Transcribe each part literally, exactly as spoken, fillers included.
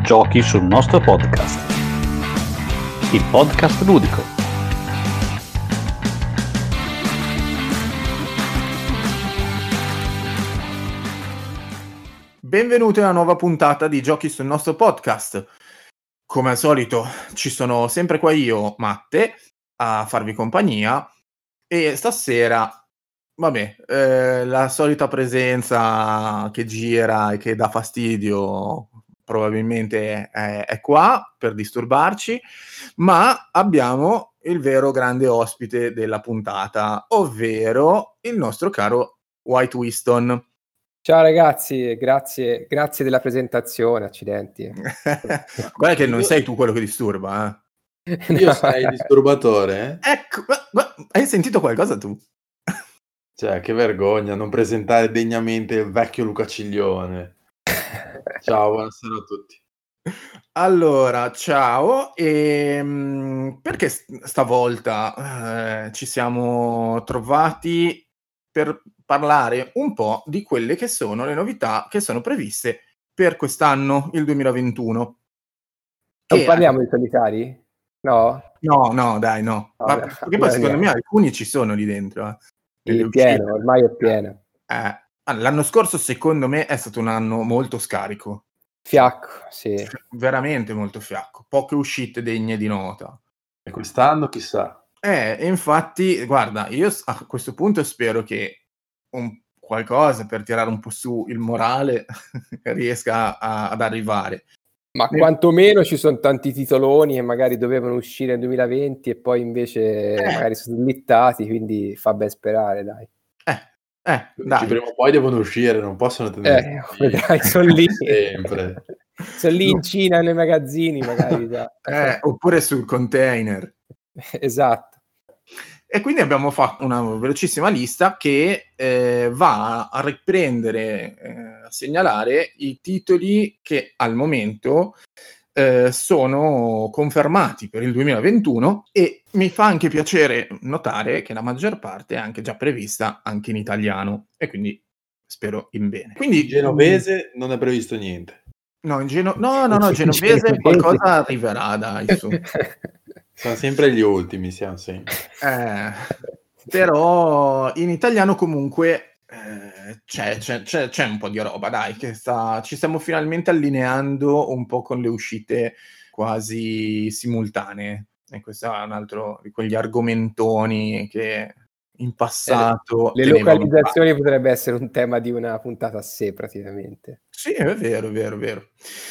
Giochi sul nostro podcast, il podcast ludico. Benvenuti a una nuova puntata di Giochi sul nostro podcast. Come al solito ci sono sempre qua io, Matte, a farvi compagnia, e stasera, vabbè, eh, la solita presenza che gira e che dà fastidio probabilmente è, è qua per disturbarci, ma abbiamo il vero grande ospite della puntata, ovvero il nostro caro White Wiston. Ciao ragazzi, grazie, grazie della presentazione, accidenti. Guarda che non sei tu quello che disturba, eh. Io sei il disturbatore? Ecco, ma, ma, hai sentito qualcosa tu? Cioè, che vergogna non presentare degnamente il vecchio Luca Ciglione. Ciao, buonasera a tutti. Allora, ciao, e mh, perché stavolta eh, ci siamo trovati per parlare un po' di quelle che sono le novità che sono previste per quest'anno, il duemilaventuno. Non Che parliamo di solitari? No? No, no, dai, no. No, Ma no, perché poi allora secondo me niente. alcuni ci sono lì dentro. Eh. Nelle Sì, uscite. pieno, ormai è pieno. Eh, ah, l'anno scorso secondo me è stato un anno molto scarico. Fiacco, sì. Veramente molto fiacco. Poche uscite degne di nota. E quest'anno chissà. Eh, e infatti, guarda, io a questo punto spero che un qualcosa per tirare un po' su il morale riesca a, ad arrivare. Ma Ne... quantomeno ci sono tanti titoloni che magari dovevano uscire nel duemilaventi e poi invece eh. magari sono slittati, quindi fa ben sperare, dai. Eh, eh, dai. Prima o poi devono uscire, non possono tenere. Eh, vedrai, sono lì. Sempre. Sono lì in Cina nei magazzini, magari. Già. Eh, oppure sul container. Esatto. E quindi abbiamo fatto una velocissima lista che eh, va a riprendere, eh, a segnalare i titoli che al momento eh, sono confermati per il duemilaventuno, e mi fa anche piacere notare che la maggior parte è anche già prevista anche in italiano, e quindi spero in bene. Quindi, in genovese mh, non è previsto niente. No, in geno- no, no, no, genovese qualcosa arriverà, dai, su. Sono sempre gli ultimi, siamo sempre. Eh, però in italiano comunque eh, c'è, c'è, c'è, c'è un po' di roba, dai, che sta, ci stiamo finalmente allineando un po' con le uscite quasi simultanee. E questo è un altro di quegli argomentoni che in passato... Le localizzazioni in potrebbe essere un tema di una puntata a sé, praticamente. Sì, è vero, è vero, è vero.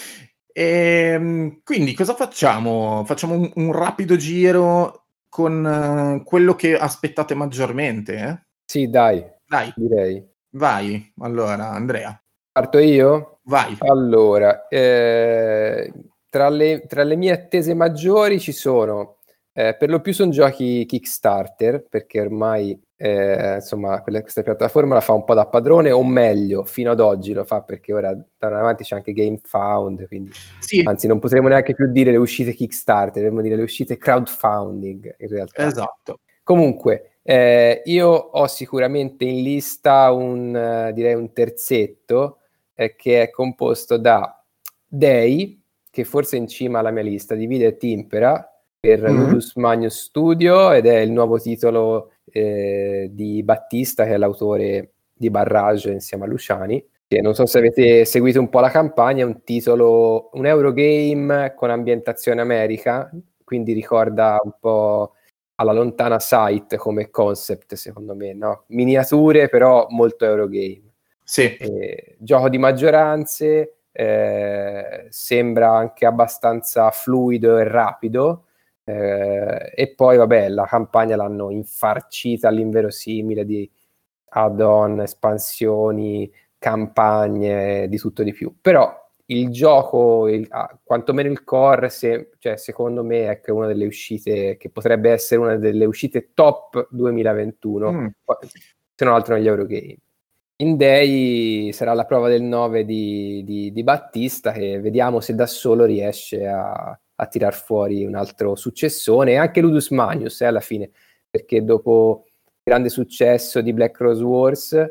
E, quindi cosa facciamo? Facciamo un, un rapido giro con uh, quello che aspettate maggiormente? Eh? Sì, dai, dai, direi. Vai, allora, Andrea. Parto io? Vai. Allora, eh, tra, le, tra le mie attese maggiori ci sono, eh, per lo più sono giochi Kickstarter, perché ormai eh, insomma quella, questa piattaforma la fa un po' da padrone, o meglio, fino ad oggi lo fa, perché ora da avanti c'è anche GameFound, quindi sì. Anzi non potremmo neanche più dire le uscite Kickstarter, dovremmo dire le uscite crowdfunding in realtà. Esatto. Comunque, eh, io ho sicuramente in lista un, uh, direi un terzetto, eh, che è composto da Dei, che forse è in cima alla mia lista, Divide et Impera, per mm-hmm. Ludus Magnus Studio, ed è il nuovo titolo eh, di Battista, che è l'autore di Barrage insieme a Luciani. Che non so se avete seguito un po' la campagna, è un titolo, un Eurogame con ambientazione America, quindi ricorda un po' alla lontana Sight come concept, secondo me, no? Miniature, però molto Eurogame. Sì. Eh, gioco di maggioranze, eh, sembra anche abbastanza fluido e rapido, eh, e poi vabbè, la campagna l'hanno infarcita all'inverosimile di add-on, espansioni, campagne, di tutto di più. Però il gioco, il, ah, quantomeno il core, se, cioè, secondo me è che una delle uscite che potrebbe essere una delle uscite top duemilaventuno, mm. se non altro negli Eurogame. In Dei sarà la prova del nove di, di, di Battista, che vediamo se da solo riesce a, a tirar fuori un altro successone, e anche Ludus Magnus eh, alla fine, perché dopo il grande successo di Black Rose Wars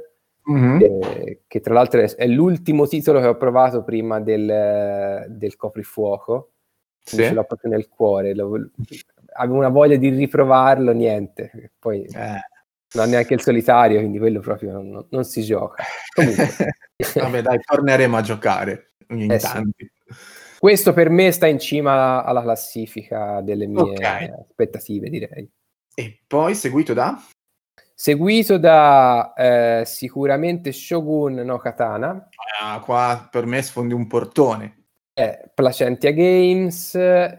Mhm. eh, che tra l'altro è, è l'ultimo titolo che ho provato prima del, del coprifuoco, quindi Sì. ce l'ho proprio nel cuore. Lo- avevo una voglia di riprovarlo, niente. Poi Eh. non ha neanche il solitario, quindi quello proprio non, non si gioca. Comunque. Vabbè, dai, torneremo a giocare in Eh sì. tanti. Questo per me sta in cima alla classifica delle mie Ok. aspettative, direi. E poi seguito da? Seguito da eh, sicuramente Shogun no Katana, Ah, qua per me sfondi un portone. eh, Placentia Games e,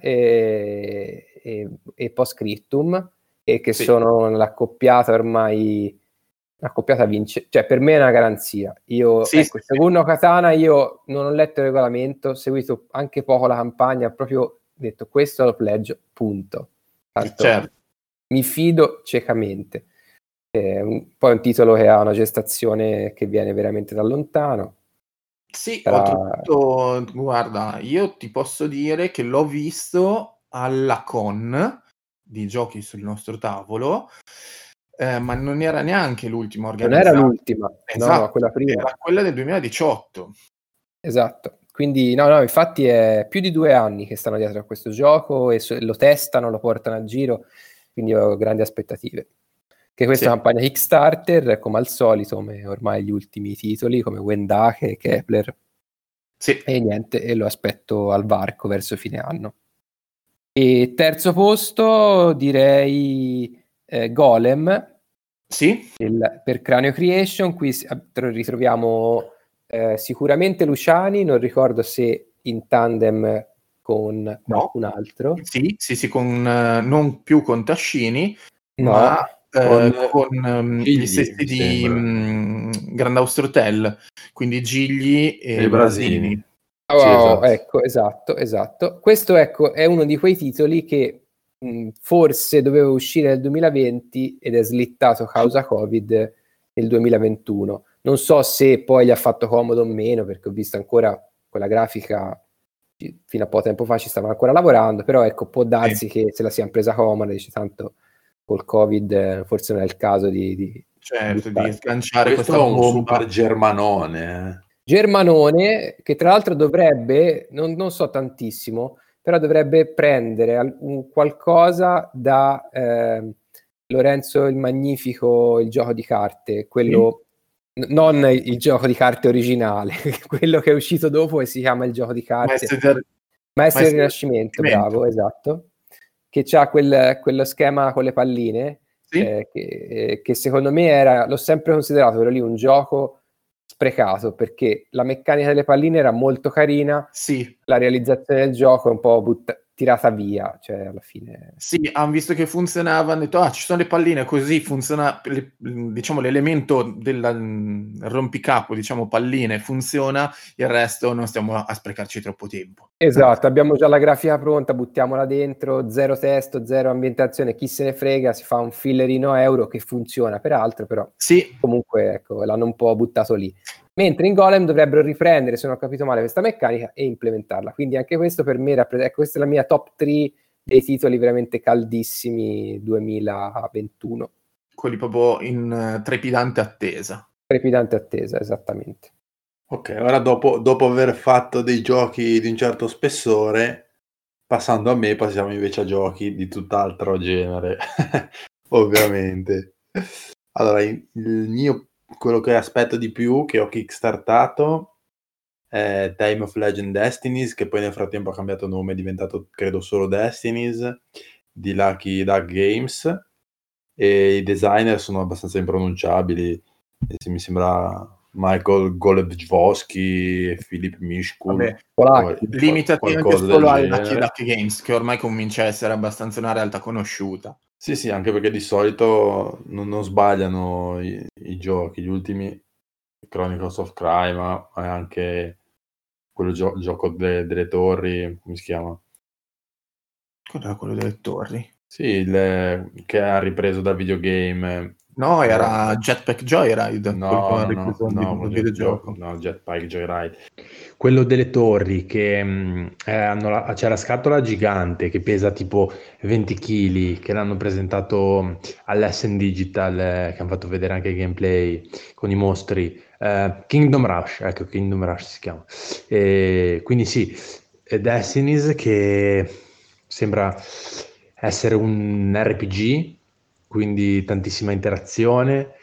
e, e Postscriptum, e che Sì. sono l'accoppiata ormai, l'accoppiata vince, cioè per me è una garanzia. Io, Sì, ecco, sì, sì. Shogun no Katana, io non ho letto il regolamento, ho seguito anche poco la campagna, ho proprio detto questo lo pledge, punto. Tanto Certo. mi fido ciecamente. È un, poi è un titolo che ha una gestazione che viene veramente da lontano. Sì, Sarà... oltretutto, guarda, io ti posso dire che l'ho visto alla con di giochi sul nostro tavolo, eh, ma non era neanche l'ultima Non era organizzata. l'ultima, no, Esatto, no, quella prima. era quella del duemiladiciotto. Esatto. Quindi, no, no, infatti è più di due anni che stanno dietro a questo gioco e so- lo testano, lo portano a giro, quindi ho grandi aspettative. Che questa Sì. campagna Kickstarter, come al solito, come ormai gli ultimi titoli, come Wendake, Kepler, Sì. e niente, e lo aspetto al varco verso fine anno. E terzo posto direi eh, Golem, Sì? il- per Cranio Creation. Qui si- ritroviamo eh, sicuramente Luciani, non ricordo se in tandem con qualcun altro. Sì, sì, sì, con, eh, non più con Tascini, No, ma eh, con, con ehm, Gigli, gli stessi mi di sembra. mh, Grand Hotel, quindi Gigli e, E i Brasini. Brasini. Oh, Sì, esatto. ecco, esatto, esatto. Questo ecco, è uno di quei titoli che mh, forse doveva uscire nel duemilaventi ed è slittato causa Covid nel duemilaventuno. Non so se poi gli ha fatto comodo o meno, perché ho visto ancora quella grafica ci- fino a poco tempo fa ci stavano ancora lavorando, però ecco, può darsi che se la siano presa comoda, dice tanto col Covid eh, forse non è il caso di, di Certo, di buttare. sganciare Questo questa è un bomba. super germanone. eh. Germanone, che tra l'altro dovrebbe, non, non so tantissimo, però dovrebbe prendere al- un qualcosa da eh, Lorenzo il Magnifico, il gioco di carte, quello, n- non il, il gioco di carte originale, quello che è uscito dopo e si chiama il gioco di carte. Maestri del, Maestro del Maestri del Rinascimento, Rinascimento. bravo, esatto, che ha quel, quello schema con le palline, Sì? eh, che, eh, che secondo me era, l'ho sempre considerato quello lì un gioco sprecato, perché la meccanica delle palline era molto carina, Sì. la realizzazione del gioco è un po' butta- tirata via, cioè alla fine... Sì, hanno visto che funzionava, hanno detto, ah, ci sono le palline, così funziona, le- diciamo, l'elemento del mm, rompicapo, diciamo, palline, funziona, il resto non stiamo a sprecarci troppo tempo. Esatto, abbiamo già la grafica pronta, buttiamola dentro, zero testo, zero ambientazione, chi se ne frega, si fa un fillerino a euro che funziona peraltro, però Sì, comunque ecco, l'hanno un po' buttato lì. Mentre in Golem dovrebbero riprendere, se non ho capito male, questa meccanica e implementarla. Quindi anche questo per me rappresenta, ecco, questa è la mia top tre dei titoli veramente caldissimi duemilaventuno. quelli proprio in eh, trepidante attesa. Trepidante attesa, esattamente. Ok, ora dopo, dopo aver fatto dei giochi di un certo spessore, passando a me, passiamo invece a giochi di tutt'altro genere, ovviamente. Allora, il mio, quello che aspetto di più, che ho kickstartato, è Time of Legend Destinies, che poi nel frattempo ha cambiato nome, è diventato, credo, solo Destinies, di Lucky Duck Games, e i designer sono abbastanza impronunciabili, e se mi sembra Michael Golubchowski e Filip Mishkul, Vabbè, Polacchi. limitati anche qualcosa del solo al Lucky genere. Duck Games, che ormai comincia a essere abbastanza una realtà conosciuta. Sì, sì, anche perché di solito non, non sbagliano i, i giochi, gli ultimi Chronicles of Crime, ma anche quello gio- gioco de- delle torri, come si chiama? Quello era quello delle torri. Sì, il, che ha ripreso dal videogame No, era Jetpack Joyride, No, quello che aveva no, ripreso no, il no, videogioco. no, Jetpack Joyride. Quello delle torri che mh, eh, hanno la- c'è la scatola gigante che pesa tipo venti chili, che l'hanno presentato all'Essen Digital, eh, che hanno fatto vedere anche il gameplay con i mostri. Eh, Kingdom Rush, ecco, Kingdom Rush si chiama. E quindi sì, è Destinies che sembra essere un R P G, quindi tantissima interazione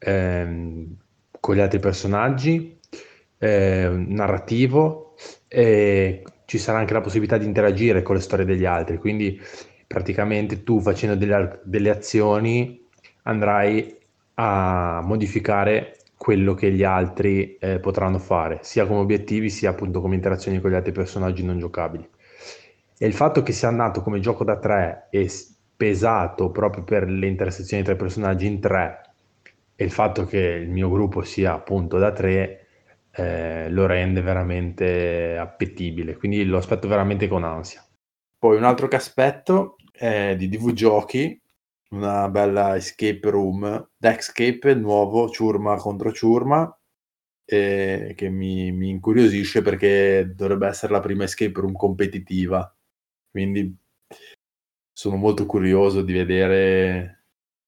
ehm, con gli altri personaggi, eh, narrativo, e ci sarà anche la possibilità di interagire con le storie degli altri, quindi praticamente tu facendo delle, delle azioni andrai a modificare quello che gli altri eh, potranno fare, sia come obiettivi sia appunto come interazioni con gli altri personaggi non giocabili. E il fatto che sia nato come gioco da tre e s- pesato proprio per le intersezioni tra i personaggi in tre, e il fatto che il mio gruppo sia appunto da tre eh, lo rende veramente appetibile, quindi lo aspetto veramente con ansia. Poi un altro che aspetto è di D V Giochi, una bella escape room, Dexcape, nuovo, ciurma contro ciurma, eh, che mi, mi incuriosisce perché dovrebbe essere la prima escape room competitiva, quindi sono molto curioso di vedere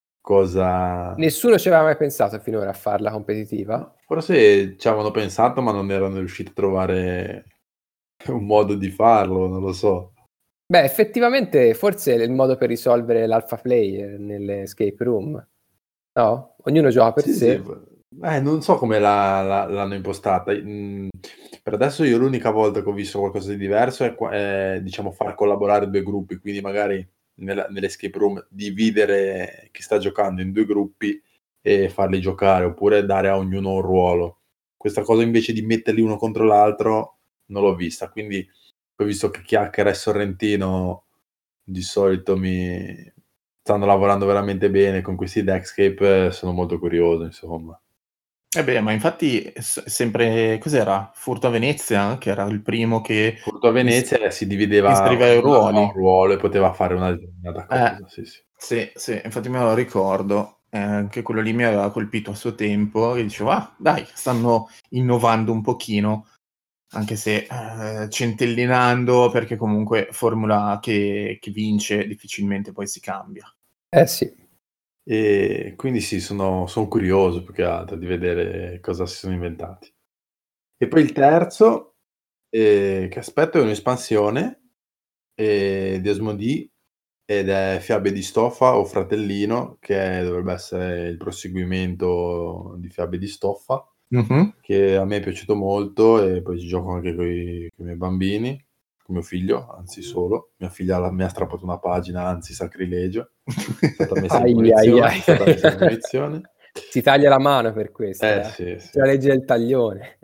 cosa... Nessuno ci aveva mai pensato finora a farla competitiva? Forse ci avevano pensato ma non erano riusciti a trovare un modo di farlo, non lo so. Beh, effettivamente forse è il modo per risolvere l'alpha player nelle escape room. No? Ognuno gioca per Sì, sé. sì. Eh, non so come la- la- l'hanno impostata. Mm, per adesso io l'unica volta che ho visto qualcosa di diverso è, qua- è, diciamo, far collaborare due gruppi, quindi magari nella- nell'escape room dividere chi sta giocando in due gruppi e farli giocare, oppure dare a ognuno un ruolo. Questa cosa invece di metterli uno contro l'altro non l'ho vista, quindi ho visto che Chiacchiera e Sorrentino di solito mi stanno lavorando veramente bene con questi Dexcape, eh, sono molto curioso, insomma. Eh beh, ma infatti s- sempre, cos'era? Furto a Venezia, che era il primo che Furto a Venezia si divideva inseriva i ognuno aveva ruoli. un ruolo e poteva fare una determinata Eh, cosa, sì, sì. sì, sì, infatti me lo ricordo. Eh, anche quello lì mi aveva colpito a suo tempo e dicevo, ah, dai, stanno innovando un pochino, anche se eh, centellinando, perché comunque formula che, che vince difficilmente poi si cambia. Eh sì. E quindi sì, sono, sono curioso più che altro di vedere cosa si sono inventati. E poi il terzo eh, che aspetto è un'espansione eh, di Asmodee, ed è Fiabe di Stoffa o Fratellino, che dovrebbe essere il proseguimento di Fiabe di Stoffa, Mhm. che a me è piaciuto molto e poi ci gioco anche con i miei bambini, con mio figlio, anzi solo. Mia figlia la- mi ha strappato una pagina, anzi sacrilegio, è stata messa in Ai, punizione, ai, è stata messa in ai. punizione. Si taglia la mano per questo, Eh eh. sì, sì. C'è la legge del taglione.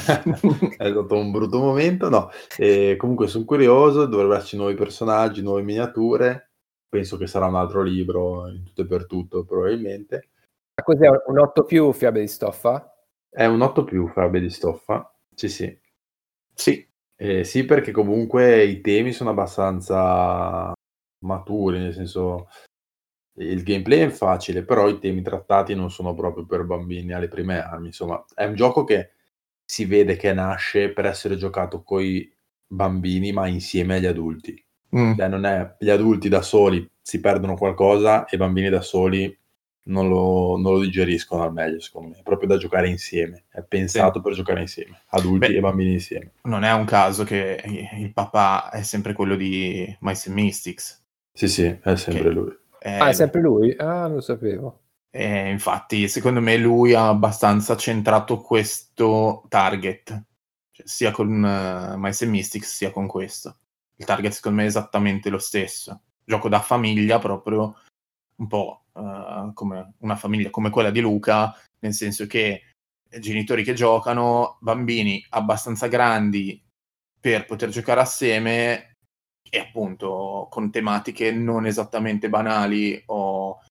È stato un brutto momento, no. E comunque sono curioso, dovrebbero esserci nuovi personaggi, nuove miniature. Penso che sarà un altro libro in tutto e per tutto, probabilmente. Ma cos'è un otto più Fiabe di Stoffa? È un otto più Fiabe di Stoffa. Sì, sì. Sì, Eh, sì, perché comunque i temi sono abbastanza maturi, nel senso il gameplay è facile, però i temi trattati non sono proprio per bambini alle prime armi. Insomma, è un gioco che si vede che nasce per essere giocato coi bambini, ma insieme agli adulti. Mm. Cioè, non è gli adulti da soli si perdono qualcosa e i bambini da soli non lo, non lo digeriscono al meglio, secondo me. È proprio da giocare insieme. È pensato per giocare insieme, adulti Beh, e bambini insieme. non è un caso che il papà è sempre quello di Mice and Mystics. Sì, sì, è sempre Che lui. è- Ah, è sempre lui? Ah, non lo sapevo. E infatti, secondo me, lui ha abbastanza centrato questo target, cioè, sia con uh, Mice and Mystics sia con questo. Il target, secondo me, è esattamente lo stesso. Gioco da famiglia, proprio un po' uh, come una famiglia come quella di Luca, nel senso che genitori che giocano, bambini abbastanza grandi per poter giocare assieme e appunto con tematiche non esattamente banali o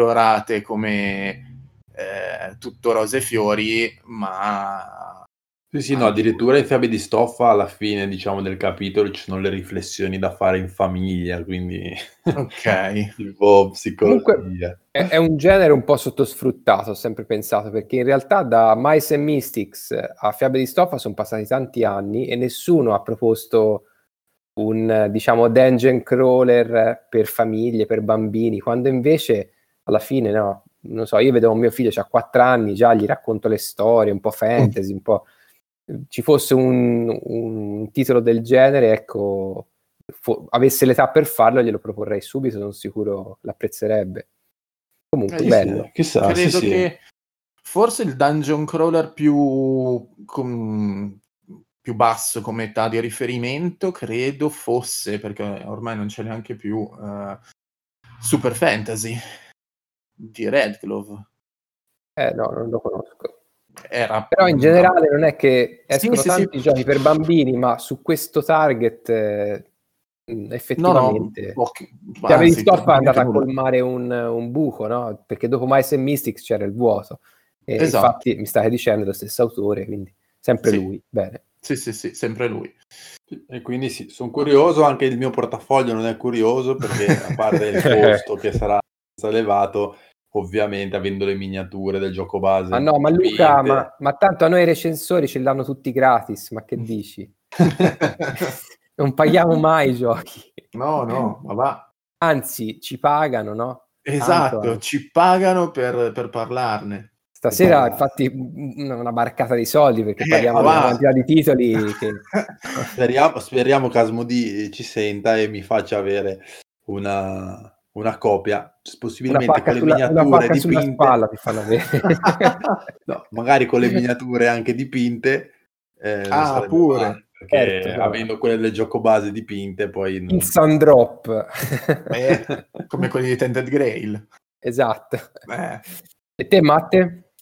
edulcorate come eh, tutto rose e fiori, ma Sì, sì, no, addirittura in Fiabe di Stoffa alla fine, diciamo, del capitolo ci sono le riflessioni da fare in famiglia, quindi Ok. tipo Comunque psicologia. è, è un genere un po' sottosfruttato, ho sempre pensato, perché in realtà da Mice and Mystics a Fiabe di Stoffa sono passati tanti anni e nessuno ha proposto un, diciamo, dungeon crawler per famiglie, per bambini, quando invece alla fine, no, non so, io vedo un mio figlio, c'ha quattro anni, già gli racconto le storie, un po' fantasy, un po'... ci fosse un, un titolo del genere, ecco, fo- avesse l'età per farlo, glielo proporrei subito, sono sicuro l'apprezzerebbe. Comunque, Eh, bello. Chissà, sì, Credo sì. che forse il dungeon crawler più, com- più basso come età di riferimento credo fosse, perché ormai non c'è neanche più, eh, Super Fantasy di Red Glove. Eh, no, non lo conosco. Era, Però in mm, generale non è che Sì, escono sì, sì. tanti giochi per bambini, ma su questo target eh, mh, No, no, effettivamente ok, Fiabe di anzi, Stoffa è praticamente andata a nulla. colmare un, un buco, no? Perché dopo Mice and Mystics c'era il vuoto. E Esatto. infatti mi state dicendo lo stesso autore, quindi sempre Sì. lui. Bene. Sì, sì, sì, sempre lui. E quindi sì, sono curioso, anche il mio portafoglio non è curioso perché a parte il costo che sarà elevato, ovviamente avendo le miniature del gioco base Ma no, ma dipinte. Luca, ma, ma tanto a noi i recensori ce l'hanno tutti gratis, ma che dici? Non paghiamo mai i giochi. No, no, ma va. Anzi, ci pagano, no? Esatto, Tanto, ci pagano per, per parlarne. stasera, Per- infatti, una una barcata di soldi perché Eh, parliamo ma di una va. quantità di titoli che... Speriamo, speriamo che Asmodee ci senta e mi faccia avere una, una copia, Una possibilmente pacca con le sulla, una miniature pacca sulla dipinte. spalla ti fanno avere. No, magari con le miniature anche dipinte, eh, non Ah, sarebbe pure. male, perché Certo, no. avendo quelle del gioco base dipinte poi non... Il Sandrop. Eh, come quelli di Tented Grail. Esatto. Eh. E te, Matte?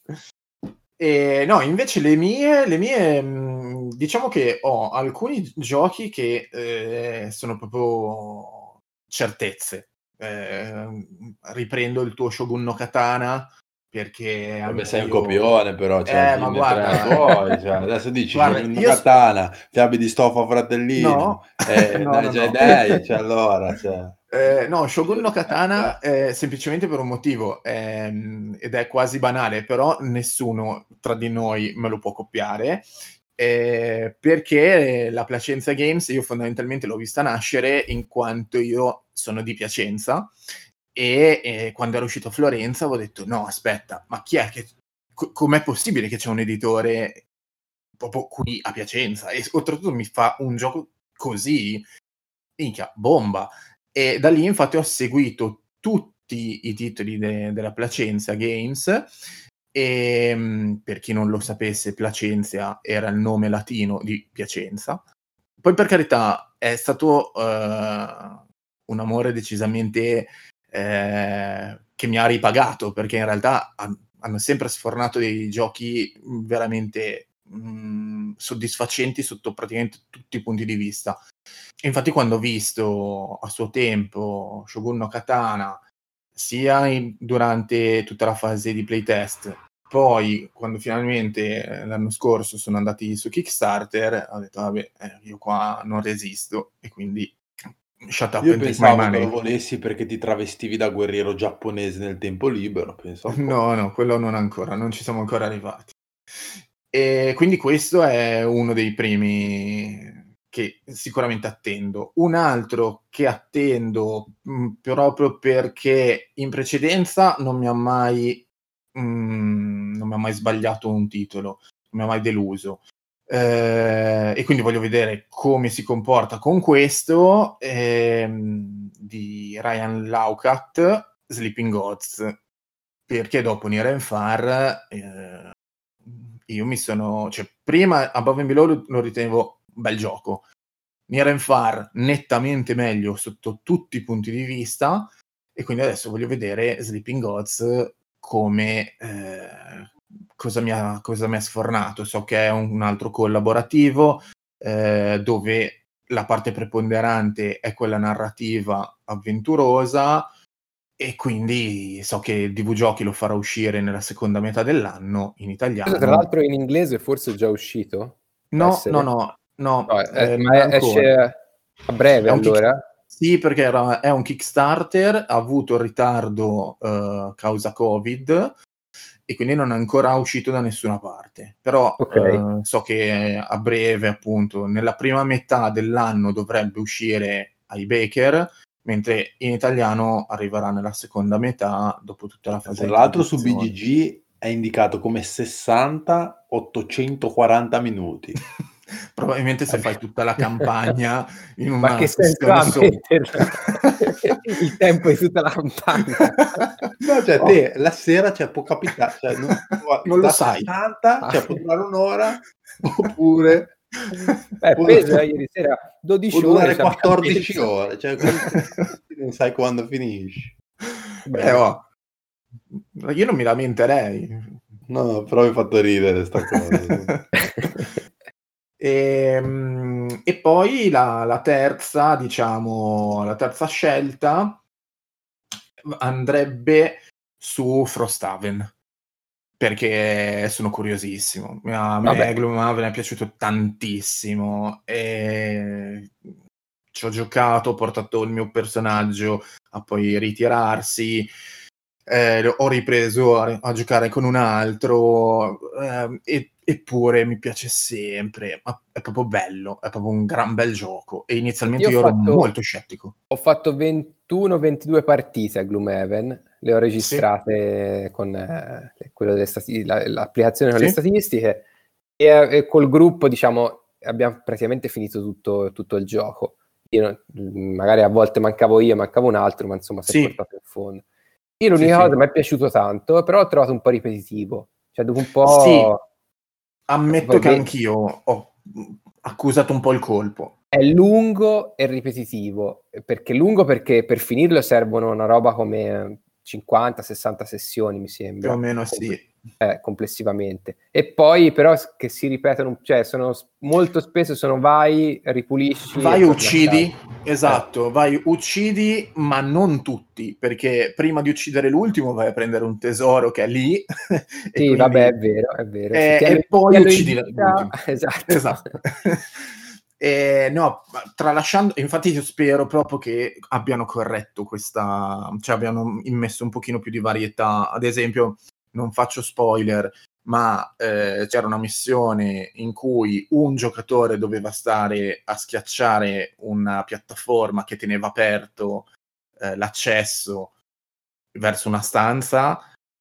E no, invece le mie, le mie, mh, diciamo che ho alcuni giochi che eh, sono proprio certezze. Eh, riprendo il tuo Shogun no Katana perché Vabbè, sei un anch'io... copione però, cioè, Eh, chi ma ne frega guarda, tuoi, cioè, adesso dici guarda, Shogun no io... Katana, Fiabe di Stoffa fratellino, No, eh, no, no, Ninja no. Dei, cioè allora, cioè... Eh, no, Shogun no Katana eh, semplicemente per un motivo, ehm, ed è quasi banale, però nessuno tra di noi me lo può copiare, eh, perché la Piacenza Games io fondamentalmente l'ho vista nascere in quanto io sono di Piacenza e, e quando ero uscito a Florenza avevo detto no, aspetta, ma chi è che... co- com'è possibile che c'è un editore proprio qui a Piacenza? E oltretutto mi fa un gioco così, minchia, bomba! E da lì infatti ho seguito tutti i titoli de- della Placenza Games e mh, per chi non lo sapesse Placenza era il nome latino di Piacenza. Poi per carità è stato eh, un amore decisamente eh, che mi ha ripagato perché in realtà han- hanno sempre sfornato dei giochi veramente mh, soddisfacenti sotto praticamente tutti i punti di vista. Infatti quando ho visto a suo tempo Shogun no Katana, sia in- durante tutta la fase di playtest, poi quando finalmente eh, l'anno scorso sono andati su Kickstarter, ho detto vabbè, eh, io qua non resisto e quindi shut up Io and take my pensavo che money. lo volessi perché ti travestivi da guerriero giapponese nel tempo libero, penso un po'. No, no, quello non ancora, non ci siamo ancora arrivati. E quindi questo è uno dei primi che sicuramente attendo. Un altro che attendo mh, proprio perché in precedenza non mi ha mai mh, non mi ha mai sbagliato un titolo, non mi ha mai deluso. Eh, e quindi voglio vedere come si comporta con questo ehm, di Ryan Laukat, Sleeping Gods, perché dopo Nier and Far eh, io mi sono, cioè prima Above and Below lo, lo ritenevo un bel gioco, Nier and Far nettamente meglio sotto tutti i punti di vista e quindi adesso voglio vedere Sleeping Gods come eh, cosa, mi ha, cosa mi ha sfornato. So che è un, un altro collaborativo eh, dove la parte preponderante è quella narrativa avventurosa e quindi so che D V Giochi lo farà uscire nella seconda metà dell'anno in Questo, tra italiano. l'altro in inglese forse è già uscito. No, essere? no, no, no, No, eh, eh, non ma ancora. esce a breve È un kick- allora? Sì, perché era- è un Kickstarter, ha avuto il ritardo eh, causa Covid e quindi non è ancora uscito da nessuna parte. Però Ok. eh, so che a breve, appunto, nella prima metà dell'anno dovrebbe uscire ai Baker, mentre in italiano arriverà nella seconda metà dopo tutta la fase Tra di l'altro su B G traduzione. G è indicato come sessanta ottocentoquaranta minuti. Probabilmente se fai tutta la campagna in Ma una che senso sessione ha sola. metterla? Il tempo di tutta la campagna? No, cioè Oh. te la sera cioè, può capitare, cioè, non, Non lo da sai. sessanta, cioè può durare un'ora, oppure Beh, può, peso, eh, ieri sera dodici può ore durare ci abbiamo quattordici messo. ore, cioè quindi non sai quando finisci. Eh, oh. Io non mi lamenterei. No, però mi hai fatto ridere sta cosa. E, e poi la, la terza, diciamo, la terza scelta andrebbe su Frosthaven, perché sono curiosissimo. A me Vabbè. Gloomhaven è piaciuto tantissimo e ci ho giocato, ho portato il mio personaggio a poi ritirarsi. Eh, ho ripreso a, a giocare con un altro, eh, e, eppure mi piace sempre, ma è proprio bello, è proprio un gran bel gioco. E inizialmente Io io, ho ero fatto- molto scettico. Ho fatto ventuno ventidue partite a Gloomhaven, le ho registrate con eh, quello delle stati- la- l'applicazione con Sì. le statistiche e, e col gruppo, diciamo, abbiamo praticamente finito tutto, tutto il gioco. Io non- magari a volte mancavo io, mancavo un altro, ma insomma si è Sì. portato in fondo. Io l'unica Sì, sì. cosa mi è piaciuto tanto, però ho trovato un po' ripetitivo. Cioè dopo un po'... Sì, ammetto Poi, che beh, anch'io ho accusato un po' il colpo. è lungo e ripetitivo, perché lungo perché per finirlo servono una roba come cinquanta sessanta sessioni, mi sembra. Più o meno Comple- sì. eh, complessivamente. E poi però che si ripetono, cioè sono molto spesso sono vai, ripulisci Vai e e torni a uccidi, casa. esatto, vai, uccidi, ma non tutti, perché prima di uccidere l'ultimo vai a prendere un tesoro che è lì, e Sì, quindi... vabbè, è vero, è vero. Se Eh, ti hanno, e poi ti hanno uccidi invita- l'ultimo. esatto. Esatto. Eh, no, tralasciando, infatti io spero proprio che abbiano corretto questa, cioè abbiano immesso un pochino più di varietà. Ad esempio, non faccio spoiler, ma eh, c'era una missione in cui un giocatore doveva stare a schiacciare una piattaforma che teneva aperto eh, l'accesso verso una stanza,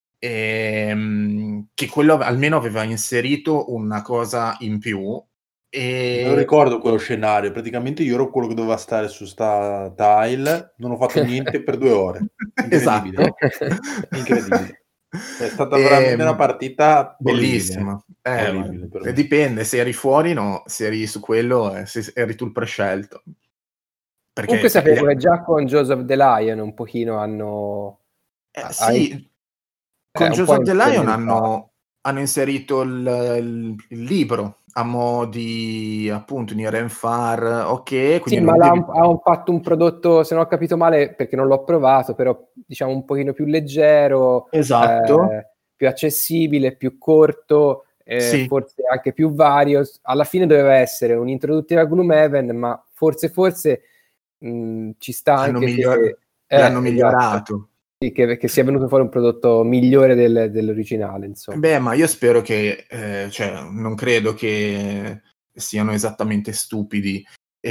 e, che quello almeno aveva inserito una cosa in più. E... Non ricordo quello scenario, praticamente io ero quello che doveva stare su sta tile, non ho fatto niente per due ore. Incredibile. Esatto. Incredibile. È stata E, veramente una partita bellissima. orribile. Eh, Orribile per me. dipende, se eri fuori no, se eri su quello, eh, se eri tu il prescelto. Perché Comunque sapevo effettivamente... che già con Joseph the Lion un pochino hanno... Eh, ha- sì, con eh, un po' Joseph the Lion implementato. hanno, hanno inserito il, il- il libro a mo' di, appunto, Near and Far, ok, quindi Sì, non ma l'ha devi... un- ha un- fatto un prodotto, se non ho capito male, perché non l'ho provato, però diciamo un pochino più leggero, Esatto, eh, più accessibile, più corto, eh, sì, forse anche più vario. Alla fine doveva essere un'introduttiva a Gloomhaven, ma forse forse mh, ci sta hanno anche miglior- che... l'hanno Eh, esatto. migliorato. Sì, che, che sia venuto fuori un prodotto migliore del- dell'originale, insomma. Beh, ma io spero che, eh, cioè, non credo che siano esattamente stupidi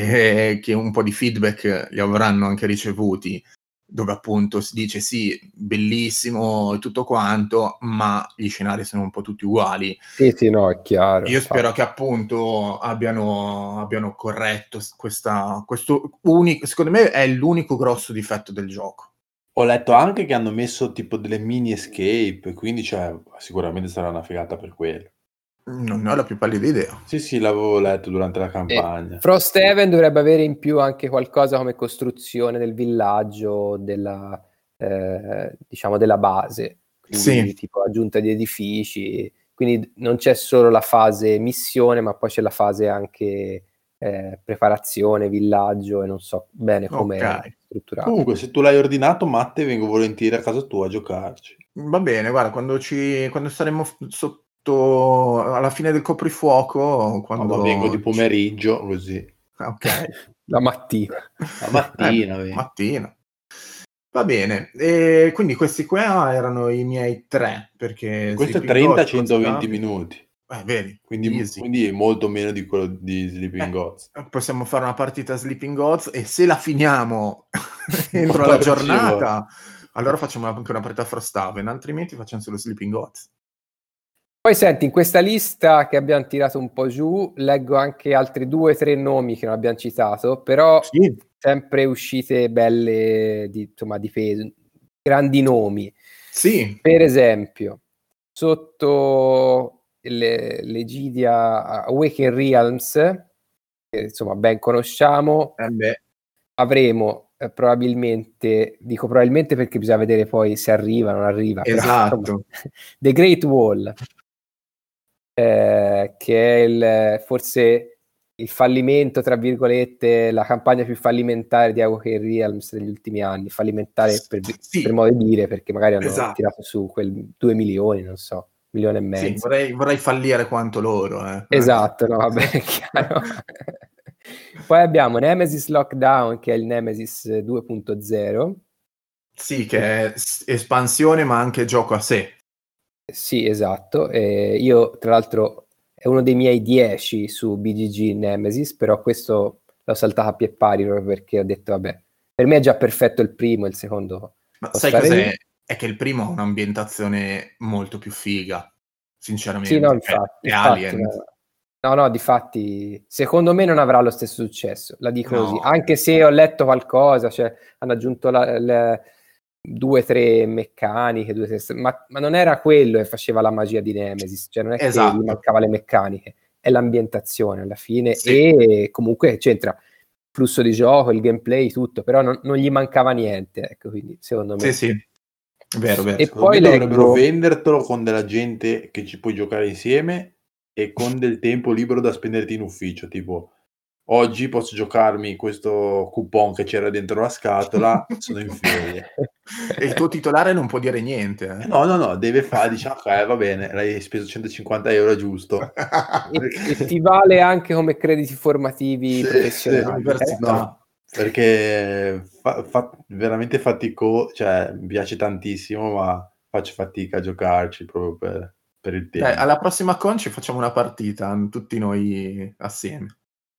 e che un po' di feedback li avranno anche ricevuti, dove appunto si dice sì, bellissimo e tutto quanto, ma gli scenari sono un po' tutti uguali. Sì, sì, no, è chiaro. Io spero che appunto abbiano, abbiano corretto questa, questo unico, secondo me è l'unico grosso difetto del gioco. Ho letto anche che hanno messo tipo delle mini escape, quindi cioè, sicuramente sarà una figata per quello. Non ne ho la più pallida idea. Sì, sì, l'avevo letto durante la E campagna. Frosthaven dovrebbe avere in più anche qualcosa come costruzione del villaggio, della, eh, diciamo della base, quindi Sì. tipo aggiunta di edifici, quindi non c'è solo la fase missione, ma poi c'è la fase anche eh, preparazione, villaggio e non so bene come è Ok. strutturato. Comunque, se tu l'hai ordinato, Matte, vengo volentieri a casa tua a giocarci. Va bene, guarda, quando, ci, quando saremo f- sotto sotto alla fine del coprifuoco quando no, vengo di pomeriggio così. Ok. La mattina. La mattina, eh, mattina. Va bene, e quindi questi qua erano i miei tre, perché questo è trenta centoventi minuti. Eh, vedi, quindi, quindi è molto meno di quello di Sleeping eh, Gods. Possiamo fare una partita Sleeping Gods e se la finiamo entro la giornata, allora facciamo anche una partita Frosthaven, altrimenti facciamo solo Sleeping Gods. Poi senti, in questa lista che abbiamo tirato un po' giù, leggo anche altri due o tre nomi che non abbiamo citato, però sì. sempre uscite belle, di, insomma, di peso, grandi nomi. Sì. Per esempio, sotto le, l'egidia Awaken Realms, che insomma ben conosciamo, eh beh. avremo eh, probabilmente, dico probabilmente perché bisogna vedere poi se arriva o non arriva, esatto. però, insomma, The Great Wall, eh, che è il, forse il fallimento, tra virgolette, la campagna più fallimentare di Awaken Realms negli ultimi anni, fallimentare per, sì. per modo di dire, perché magari hanno esatto. tirato su quel due milioni, non so, milione e mezzo. Sì, vorrei, vorrei fallire quanto loro. Eh. Esatto, no, vabbè, è chiaro. Poi abbiamo Nemesis Lockdown, che è il Nemesis due punto zero. Sì, che è espansione ma anche gioco a sé. Sì, esatto. Eh, io, tra l'altro, è uno dei miei dieci su B G G Nemesis, però questo l'ho saltato a pie pari proprio perché ho detto, vabbè, per me è già perfetto il primo, il secondo... Ma sai cos'è? Lì. È che il primo ha un'ambientazione molto più figa, sinceramente. Sì, no, infatti. È, è infatti Alien. no. No, no, difatti, secondo me non avrà lo stesso successo, la dico no. così, anche se ho letto qualcosa, cioè hanno aggiunto la, le, due o tre meccaniche, due, tre, ma, ma non era quello che faceva la magia di Nemesis, cioè non è esatto. che gli mancava le meccaniche, è l'ambientazione alla fine, sì. e comunque c'entra il flusso di gioco, il gameplay, tutto, però non, non gli mancava niente, ecco, quindi secondo me... Sì, sì, vero, vero. E secondo poi me leggo... dovrebbero vendertelo con della gente che ci puoi giocare insieme e con del tempo libero da spenderti in ufficio, tipo oggi posso giocarmi questo coupon che c'era dentro la scatola, sono in ferie. E il tuo titolare non può dire niente. Eh? No, no, no, deve fare, diciamo, ok, va bene, l'hai speso centocinquanta euro, giusto. e, e ti vale anche come crediti formativi sì, professionali. Sì, eh? No, perché fa, fa veramente faticoso, cioè mi piace tantissimo, ma faccio fatica a giocarci proprio per, per il tempo. Dai, alla prossima con ci facciamo una partita, tutti noi assieme.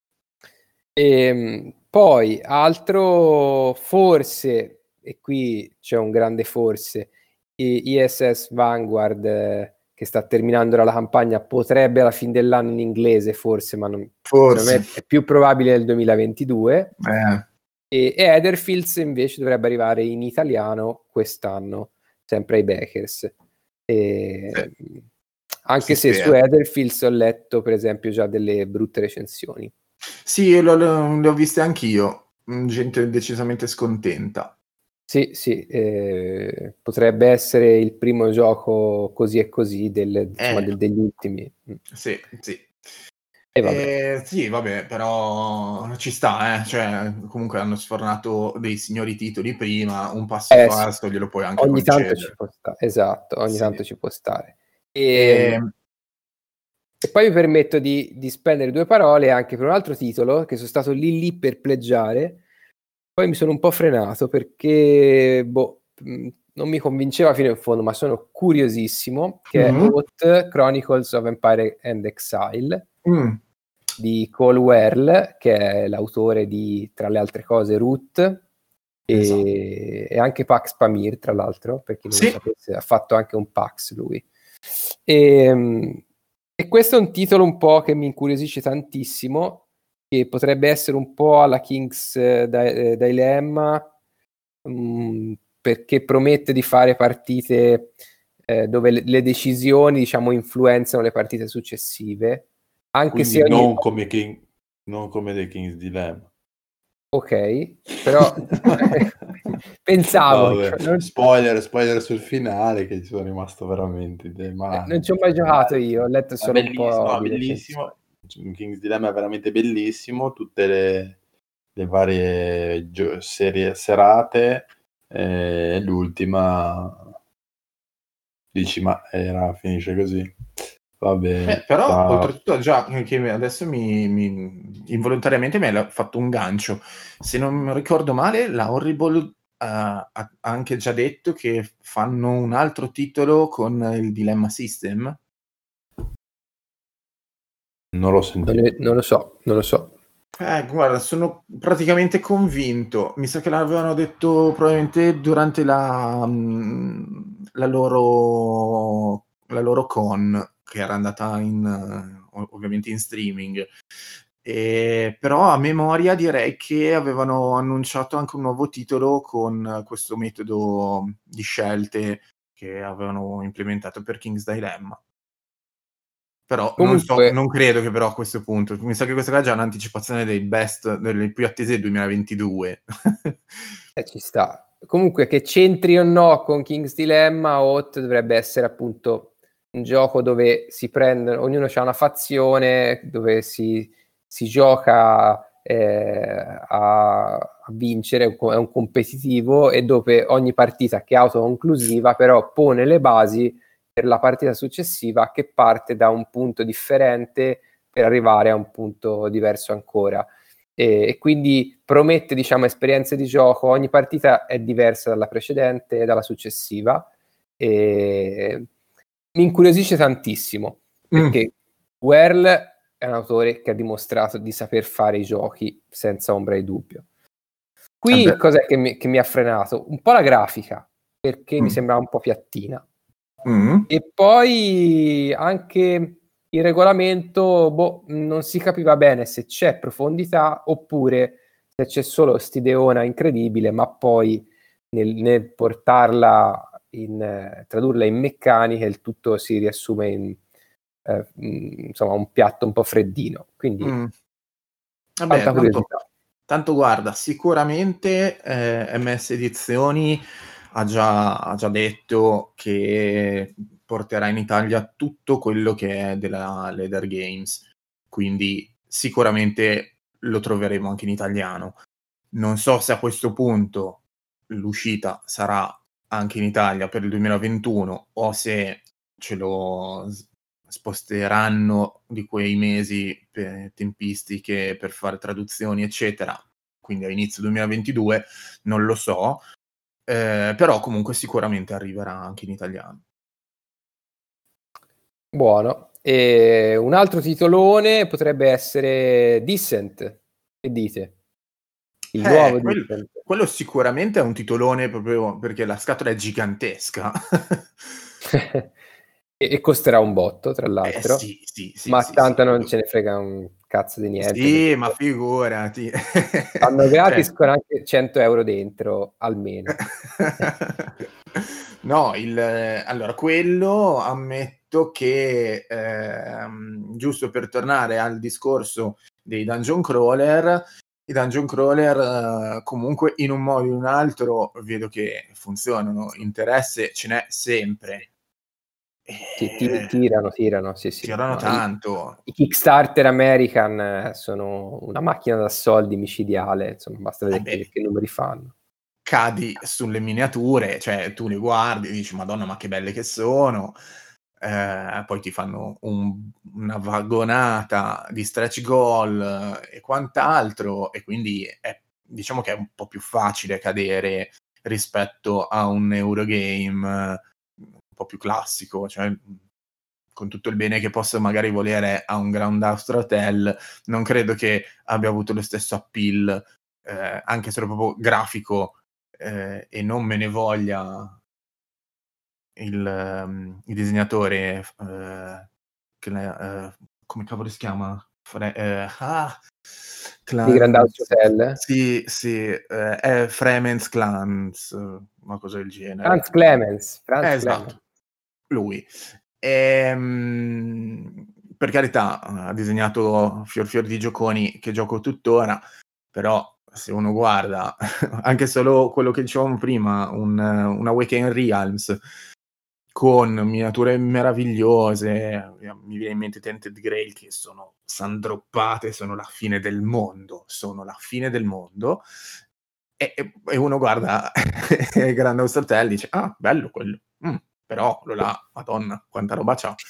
E poi altro, forse, e qui c'è un grande forse, I S S Vanguard eh, che sta terminando la campagna, potrebbe alla fine dell'anno in inglese forse, ma non, forse. Me è più probabile nel duemilaventidue. Eh. E, e Etherfields invece dovrebbe arrivare in italiano quest'anno, sempre ai backers. E, sì. Anche si se spera. su Etherfields ho letto per esempio già delle brutte recensioni. Sì, lo, lo, le ho viste anch'io, gente decisamente scontenta. Sì, sì, eh, potrebbe essere il primo gioco così e così del, eh. insomma, del, degli ultimi. Sì, sì. E vabbè. Eh, sì, vabbè, però ci sta, eh. Cioè, comunque hanno sfornato dei signori titoli prima, un passo eh, falso sì. glielo puoi anche ogni concedere. tanto ci può stare, esatto, ogni sì. tanto ci può stare. E, e... e poi mi permetto di, di spendere due parole anche per un altro titolo che sono stato lì lì per pleggiare, poi mi sono un po' frenato perché boh, non mi convinceva fino in fondo, ma sono curiosissimo, che mm-hmm. è Oath Chronicles of Empire and Exile mm. di Cole Wehrle, che è l'autore di, tra le altre cose, Root e, esatto. e anche Pax Pamir, tra l'altro, per chi non sì. lo sapesse, ha fatto anche un Pax lui. E, e questo è un titolo un po' che mi incuriosisce tantissimo, che potrebbe essere un po' alla King's uh, Dilemma, um, perché promette di fare partite eh, dove le, le decisioni, diciamo, influenzano le partite successive, anche Quindi se ogni... non come King, non come The King's Dilemma. Ok, però pensavo no, non... spoiler, spoiler sul finale, che ci sono rimasto veramente male. Non ci ho mai giocato io, ho letto solo un po'. No, bellissimo. King's Dilemma è veramente bellissimo, tutte le, le varie gio- serie serate, e l'ultima dici ma era finisce così. Va bene. Eh, però, ciao. oltretutto, già che adesso mi, mi- involontariamente mi hai fatto un gancio. Se non ricordo male, la Horrible eh, ha ha anche già detto che fanno un altro titolo con il Dilemma System. Non l'ho Non, sentito. ne- non lo so, non lo so. Eh, guarda, sono praticamente convinto. Mi sa che l'avevano detto probabilmente durante la, mm, la loro, la loro con, che era andata in, eh, ov- ovviamente in streaming. E, però a memoria direi che avevano annunciato anche un nuovo titolo con questo metodo di scelte che avevano implementato per King's Dilemma. Però non so, Comunque, non credo che però a questo punto, mi sa che questa qua è già un'anticipazione dei best, delle più attese del duemilaventidue. eh, ci sta. Comunque, che c'entri o no con King's Dilemma, Hot dovrebbe essere appunto un gioco dove si prendono, ognuno ha una fazione, dove si, si gioca eh, a, a vincere, è un competitivo, e dove ogni partita che è autoconclusiva però pone le basi per la partita successiva, che parte da un punto differente per arrivare a un punto diverso ancora. E, e quindi promette, diciamo, esperienze di gioco. Ogni partita è diversa dalla precedente e dalla successiva, e mi incuriosisce tantissimo perché Mm. Werl è un autore che ha dimostrato di saper fare i giochi senza ombra di dubbio. Qui Eh beh. cos'è che mi, che mi ha frenato? Un po' la grafica, perché Mm. mi sembrava un po' piattina, Mm. e poi anche il regolamento, boh, non si capiva bene se c'è profondità oppure se c'è solo st'ideona incredibile, ma poi nel, nel portarla in, eh, tradurla in meccanica, il tutto si riassume in eh, mh, insomma un piatto un po' freddino. Quindi Mm. Vabbè, tanta tanto, curiosità. tanto guarda, sicuramente eh, M S Edizioni ha già, ha già detto che porterà in Italia tutto quello che è della Leather Games, quindi sicuramente lo troveremo anche in italiano. Non so se a questo punto l'uscita sarà anche in Italia per il duemilaventuno o se ce lo s- sposteranno di quei mesi per tempistiche per fare traduzioni, eccetera. Quindi a inizio duemilaventidue non lo so, eh, però comunque sicuramente arriverà anche in italiano. Buono. E un altro titolone potrebbe essere Descent. Che dite? Il Eh, nuovo quel- Descent. quello sicuramente è un titolone proprio perché la scatola è gigantesca. e, e costerà un botto, tra Eh l'altro, sì, sì, sì, ma sì, sì. tanto non ce ne frega un cazzo di niente, Sì, perché ma figurati. fanno Cioè, gratis con anche cento euro dentro, almeno. no, il, allora quello ammetto che, ehm, giusto per tornare al discorso dei dungeon crawler, i dungeon crawler eh, comunque in un modo o in un altro vedo che funzionano, interesse ce n'è sempre. Sì, ti- Eh, tirano, tirano, sì, sì. tirano No, i, tanto. i Kickstarter American eh, sono una macchina da soldi micidiale, insomma, basta vedere Vabbè, che, che numeri fanno. cadi sulle miniature, cioè tu le guardi e dici Madonna ma che belle che sono, eh, poi ti fanno un- una vagonata di stretch goal e quant'altro, e quindi è, diciamo che è un po' più facile cadere rispetto a un Eurogame eh, un po' più classico, cioè con tutto il bene che posso magari volere a un Ground House Hotel, non credo che abbia avuto lo stesso appeal, eh, anche solo proprio grafico, eh, e non me ne voglia il, um, il disegnatore, eh, che la- eh, come cavolo si chiama? Fre- eh, ah, Di Grand House Clans. Hotel. Sì, sì, eh, è Fremen's Clans, una cosa del genere. Franz Clemens, Eh, Franz Clemens. esatto, lui. Ehm, per carità, ha disegnato fior fior di gioconi che gioco tuttora, però se uno guarda anche solo quello che dicevamo prima, un, una Awakened Realms con miniature meravigliose, mi viene in mente Tented Grail che sono sandroppate, sono la fine del mondo, sono la fine del mondo, e, e- e uno guarda Grand House Hotel e dice ah, bello quello. Mm. Però quello là, madonna, quanta roba c'ha.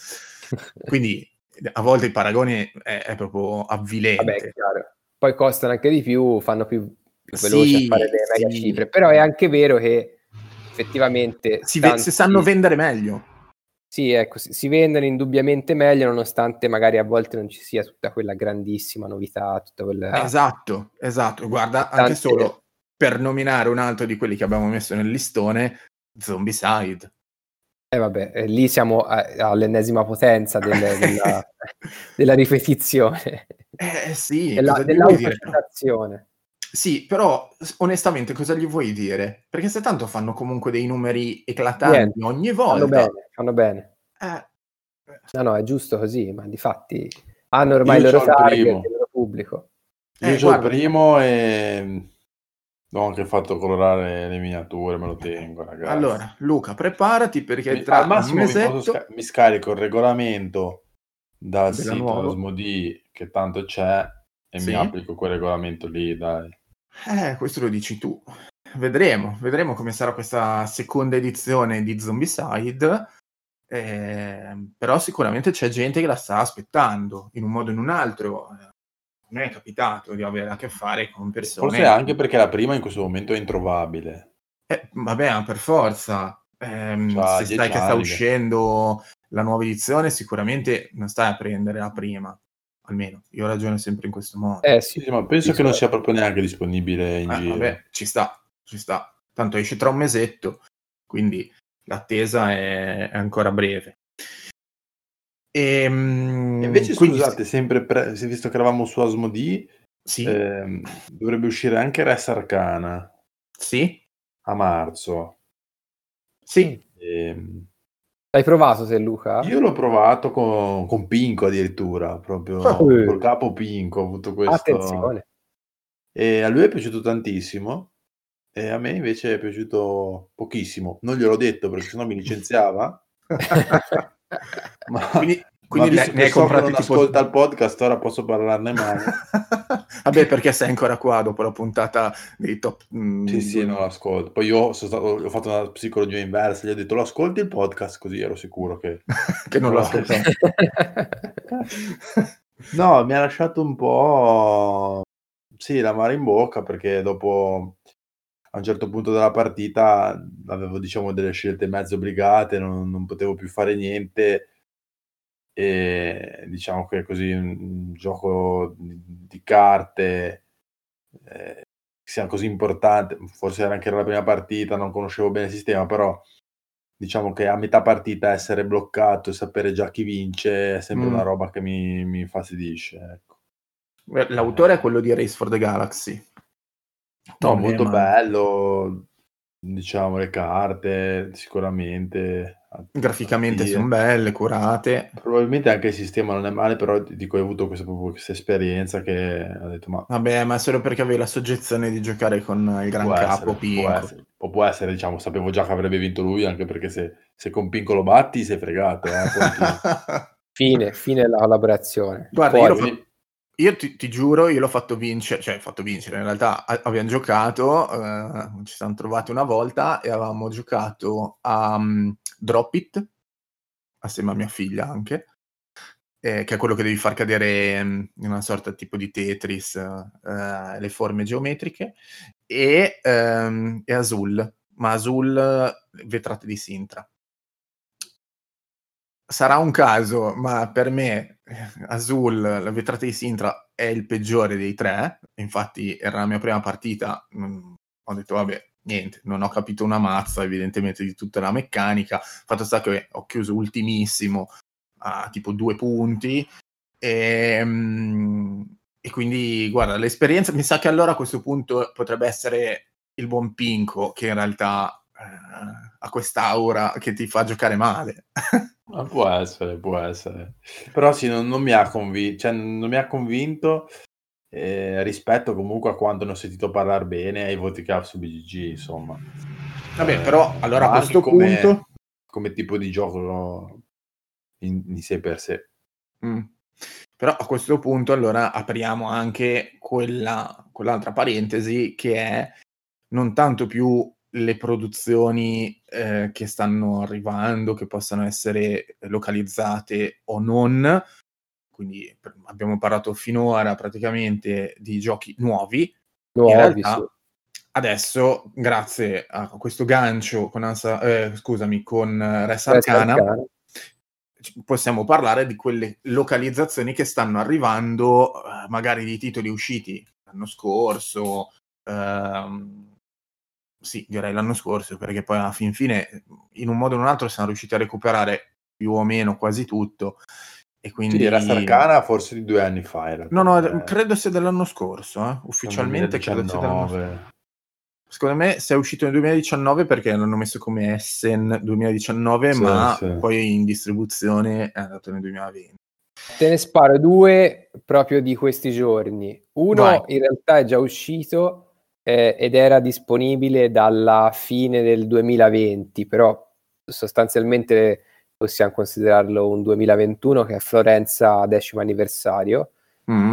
Quindi a volte il paragone è, è proprio avvilente. Vabbè, chiaro. Poi costano anche di più, fanno più, più veloce Sì, a fare le mega sì. cifre, però è anche vero che effettivamente Si, ve- tanti- se sanno vendere meglio. sì, ecco, si, si vendono indubbiamente meglio, nonostante magari a volte non ci sia tutta quella grandissima novità, tutta quella... Esatto, esatto. Guarda, Tante- anche solo per nominare un altro di quelli che abbiamo messo nel listone, Zombicide. Eh vabbè, eh, lì siamo a- all'ennesima potenza del- della, della ripetizione, Eh sì, della, cosa gli vuoi dire? Però? dell'autocitazione. Sì, però s- onestamente cosa gli vuoi dire? Perché se tanto fanno comunque dei numeri eclatanti Niente, ogni fanno volta. bene, fanno bene. Eh, No, no, è giusto così, ma di fatti hanno ormai Io il loro c'ho il target, primo. il loro pubblico. Io Eh, c'ho il guarda- primo e ho anche fatto colorare le miniature, me lo tengo, ragazzi. allora, Luca, preparati perché Mi- tra al massimo un mi, posso mesetto... sca- mi scarico il regolamento dal Della sito nuova. Asmodee, che tanto c'è, e Sì? mi applico quel regolamento lì, dai. Eh, questo lo dici tu. Vedremo, vedremo come sarà questa seconda edizione di Zombicide. Eh, però sicuramente c'è gente che la sta aspettando in un modo o in un altro. Eh, A me è capitato di avere a che fare con persone. Forse anche perché la prima in questo momento è introvabile. Eh, vabbè, ma per forza. Ehm, C'ha se sai dieci che sta anni. uscendo la nuova edizione, sicuramente non stai a prendere la prima. Almeno io ragiono sempre in questo modo. Eh Sì, sì, sì, ma penso sì, che non sì. sia proprio neanche disponibile in Eh, giro. vabbè, ci sta, ci sta. Tanto esce tra un mesetto, quindi l'attesa è, è ancora breve. Ehm, E invece, quindi scusate, sempre pre- se visto che eravamo su Asmodee, sì, ehm, dovrebbe uscire anche Res Arcana sì, a marzo. sì. Ehm, L'hai provato te, Luca? io l'ho provato con, con Pinco addirittura, proprio Eh. col capo Pinco, ho avuto questo... Attenzione. E a lui è piaciuto tantissimo, e a me invece è piaciuto pochissimo. Non gliel'ho detto perché sennò mi licenziava, ma, Quindi, ma quindi visto ne, che ne hai so che comprati non tipo... ascolta il podcast, ora posso parlarne male. Vabbè, perché sei ancora qua dopo la puntata dei top... mm, Sì, sì, due- non l'ascolto. Poi io sono stato, ho fatto una psicologia inversa, gli ho detto lo ascolti il podcast, così ero sicuro che... che non No. lo ascoltavo. No, mi ha lasciato un po', sì, l'amaro in bocca, perché dopo, a un certo punto della partita, avevo, diciamo, delle scelte mezzo obbligate, non, non potevo più fare niente, e diciamo che così un, un gioco di, di carte eh, sia così importante, forse era anche la prima partita, non conoscevo bene il sistema, però diciamo che a metà partita essere bloccato e sapere già chi vince è sempre Mm. una roba che mi, mi infastidisce, ecco. L'autore è quello di Race for the Galaxy. No, Tom molto Lehman. bello, diciamo, le carte, sicuramente. Graficamente Sì, sono belle, curate. probabilmente anche il sistema non è male, però ti dico, hai avuto questa, proprio questa esperienza che ho detto, ma Vabbè, ma è solo perché avevi la soggezione di giocare con il gran può capo essere, può Pinco. essere, o può essere, diciamo, sapevo già che avrebbe vinto lui, anche perché se, se con Pinco lo batti sei fregato, eh, poi ti- Fine, fine della collaborazione. Guarda, Fuori. io, l'ho Quindi- fatto- io ti, ti giuro, io l'ho fatto vincere, cioè fatto vincere, in realtà a- abbiamo giocato, eh, ci siamo trovati una volta e avevamo giocato a um, Drop It, assieme a mia figlia anche, eh, che è quello che devi far cadere mm, in una sorta tipo di Tetris, eh, le forme geometriche, e, ehm, e Azul, ma Azul eh, vetrate di Sintra. Sarà un caso, ma per me eh, Azul, la vetrata di Sintra, è il peggiore dei tre. Infatti era la mia prima partita, mm, ho detto vabbè, niente, non ho capito una mazza evidentemente di tutta la meccanica. Fatto sta che ho chiuso ultimissimo a tipo due punti e, mm, e quindi guarda, l'esperienza mi sa che allora a questo punto potrebbe essere il buon Pinco che in realtà eh, ha quest'aura che ti fa giocare male. Ma può essere, può essere. Però sì, non, non mi ha convinto, cioè non mi ha convinto eh, rispetto comunque a quando ne ho sentito parlare bene ai voti che ha su B G G, insomma. Vabbè, Eh, però allora a ma anche questo come, punto... come tipo di gioco in, in sé per sé. Mm. Però a questo punto allora apriamo anche quella, quell'altra parentesi che è non tanto più le produzioni eh, che stanno arrivando, che possano essere localizzate o non. Quindi abbiamo parlato finora praticamente di giochi nuovi. Nuovi, in realtà sì. adesso, grazie a questo gancio con Ansa, eh, scusami, con Res Res Arcana, Arcana. possiamo parlare di quelle localizzazioni che stanno arrivando, eh, magari di titoli usciti l'anno scorso, ehm, sì, direi l'anno scorso, perché poi alla fin fine, in un modo o in un altro, siamo riusciti a recuperare più o meno quasi tutto. E quindi Sì, Res Arcana forse di due anni fa in realtà. no, no, eh, credo sia dell'anno scorso, eh. Ufficialmente credo sia dell'anno scorso. duemiladiciannove. Secondo me se è uscito nel duemiladiciannove perché l'hanno messo come Essen duemiladiciannove, Sì, ma sì. poi in distribuzione è andato nel duemilaventi. Te ne sparo due proprio di questi giorni. Uno Vai. in realtà è già uscito eh, ed era disponibile dalla fine del duemilaventi, però sostanzialmente possiamo considerarlo un duemilaventuno, che è Florenza decimo anniversario. Mm.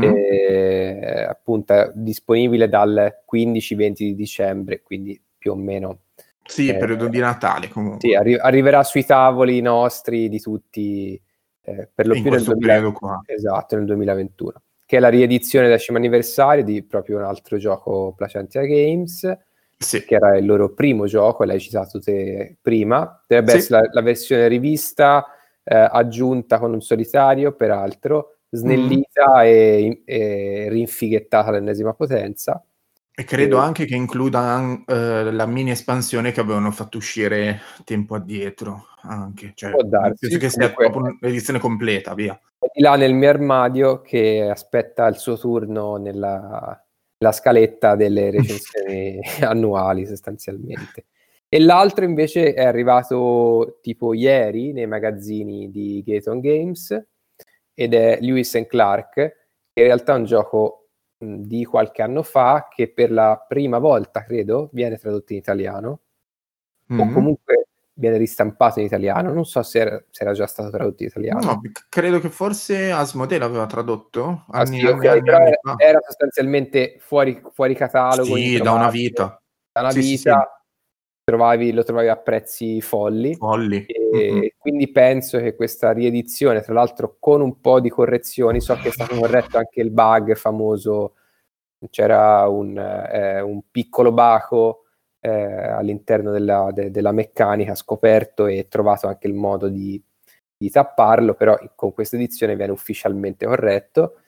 E, appunto è disponibile dal quindici venti di dicembre, quindi più o meno Sì, eh, periodo di Natale comunque. sì, arri- arriverà sui tavoli nostri di tutti eh, per lo in più nel questo duemila periodo qua. esatto, nel duemilaventuno, che è la riedizione decimo anniversario di proprio un altro gioco, Placentia Games, Sì. che era il loro primo gioco, l'hai citato te prima. Dovrebbe Sì. essere la, la versione rivista, eh, aggiunta con un solitario, peraltro, snellita Mm. e, e rinfighettata all'ennesima potenza. E credo E- anche che includa eh, la mini espansione che avevano fatto uscire tempo addietro anche. Cioè, Può darsi, penso che sia comunque- proprio l'edizione completa, via. È di là nel mio armadio che aspetta il suo turno nella, nella scaletta delle recensioni annuali sostanzialmente. E l'altro invece è arrivato tipo ieri nei magazzini di Gaton Games ed è Lewis and Clark, che in realtà è un gioco mh, di qualche anno fa che per la prima volta, credo, viene tradotto in italiano Mm. o comunque viene ristampato in italiano. Non so se era, se era già stato tradotto in italiano. No, c- credo che forse Asmodee l'aveva tradotto Ah, anni, sì, anni, ok, anni, però anni era, fa. era sostanzialmente fuori, fuori catalogo, Sì, da una introvabile. vita. Da una Sì, sì, vita sì. trovavi, lo trovavi a prezzi folli. Folli. E Mm-mm. quindi penso che questa riedizione, tra l'altro con un po' di correzioni, so che è stato corretto anche il bug famoso, c'era un, eh, un piccolo baco eh, all'interno della, de, della meccanica scoperto e trovato anche il modo di, di tapparlo, però con questa edizione viene ufficialmente corretto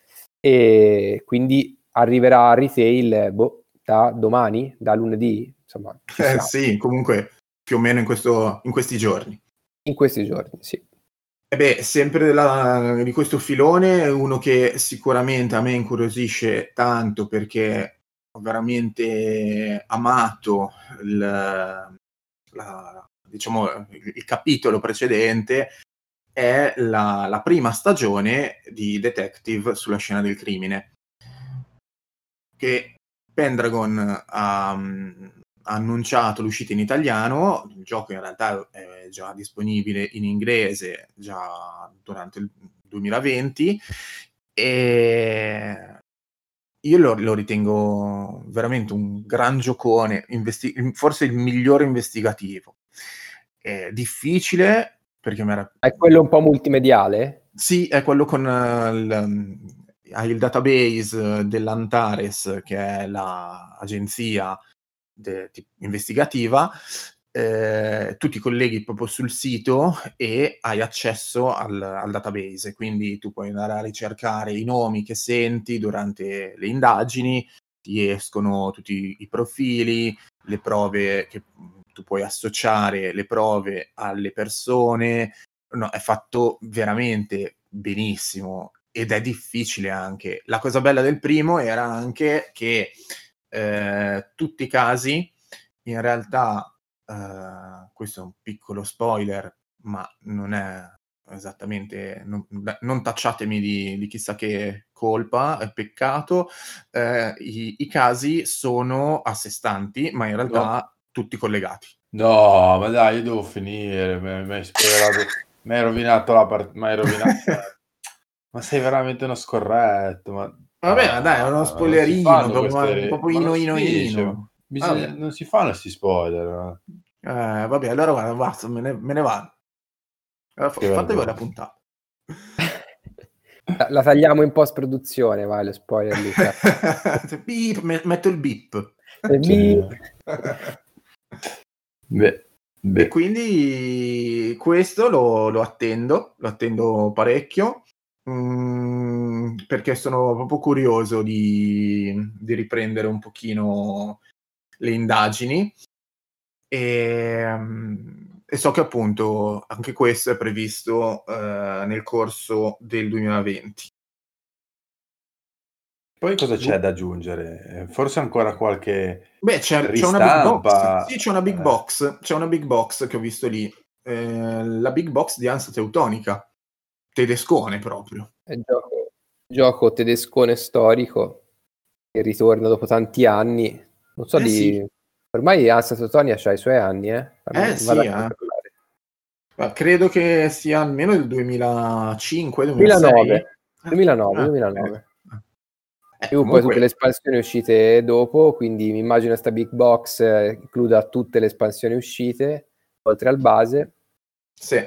e quindi arriverà a retail boh, da domani, da lunedì, insomma, ci Eh, siamo. sì, comunque più o meno in, questo, in questi giorni. In questi giorni, sì. E beh, sempre della, di questo filone, uno che sicuramente a me incuriosisce tanto perché ho veramente amato il, la, diciamo, il, il capitolo precedente, è la, la prima stagione di Detective sulla scena del crimine, che Pendragon ha, ha annunciato l'uscita in italiano. Il gioco in realtà è già disponibile in inglese già durante il duemilaventi e io lo, lo ritengo veramente un gran giocone, investi- forse il migliore investigativo. È difficile perché mi era... È quello un po' multimediale? Sì, è quello con uh, il, uh, il database dell'Antares, che è l'agenzia de, tipo, investigativa. Eh, tu ti colleghi proprio sul sito e hai accesso al, al database, quindi tu puoi andare a ricercare i nomi che senti durante le indagini, ti escono tutti i profili, le prove che tu puoi associare, le prove alle persone. No, è fatto veramente benissimo ed è difficile anche. La cosa bella del primo era anche che eh, tutti i casi, in realtà, eh, questo è un piccolo spoiler, ma non è esattamente, non, non tacciatemi di, di chissà che colpa, è peccato, eh, i, i casi sono a sé stanti, ma in realtà No. tutti collegati. No, ma dai, io devo finire, mi mi hai spoilerato, mi hai rovinato la partita, mi hai rovinato. Ma sei veramente uno scorretto, ma Vabbè, ma dai, è uno ah, ma non si spoilerino, fanno proprio, queste ma- re- proprio ma non ino si ino dice, ino. Bisogna, Vabbè. non si fanno questi spoiler. Eh, vabbè, allora guarda, basta, me ne, me ne vado. Allora, fa- Che fate voi vergogna. la puntata. La, la tagliamo in post-produzione, vai, lo spoiler, Luca. Beep, me- metto il beep. E mi- Beh, beh. E quindi questo lo, lo attendo, lo attendo parecchio, mm, perché sono proprio curioso di, di riprendere un pochino le indagini e, mm, e so che appunto anche questo è previsto eh, nel corso del duemilaventi. Poi cosa c'è da aggiungere? Forse ancora qualche Beh, c'è, c'è una big box. ristampa. Sì, c'è una big Eh, box. C'è una big box che ho visto lì. Eh, la big box di Hansa Teutonica. Tedescone proprio. è un gioco, gioco tedescone storico che ritorna dopo tanti anni. Non so Eh di... sì, Ormai Assa Teutonia c'ha i suoi anni, eh? eh Vado sì, a eh. controllare. Ma credo che sia almeno del duemilacinque duemilasei. duemilanove, Eh, duemilanove, eh, duemilanove. eh, Più poi tutte le comunque, espansioni uscite dopo, quindi mi immagino sta big box eh, includa tutte le espansioni uscite, oltre al base. sì.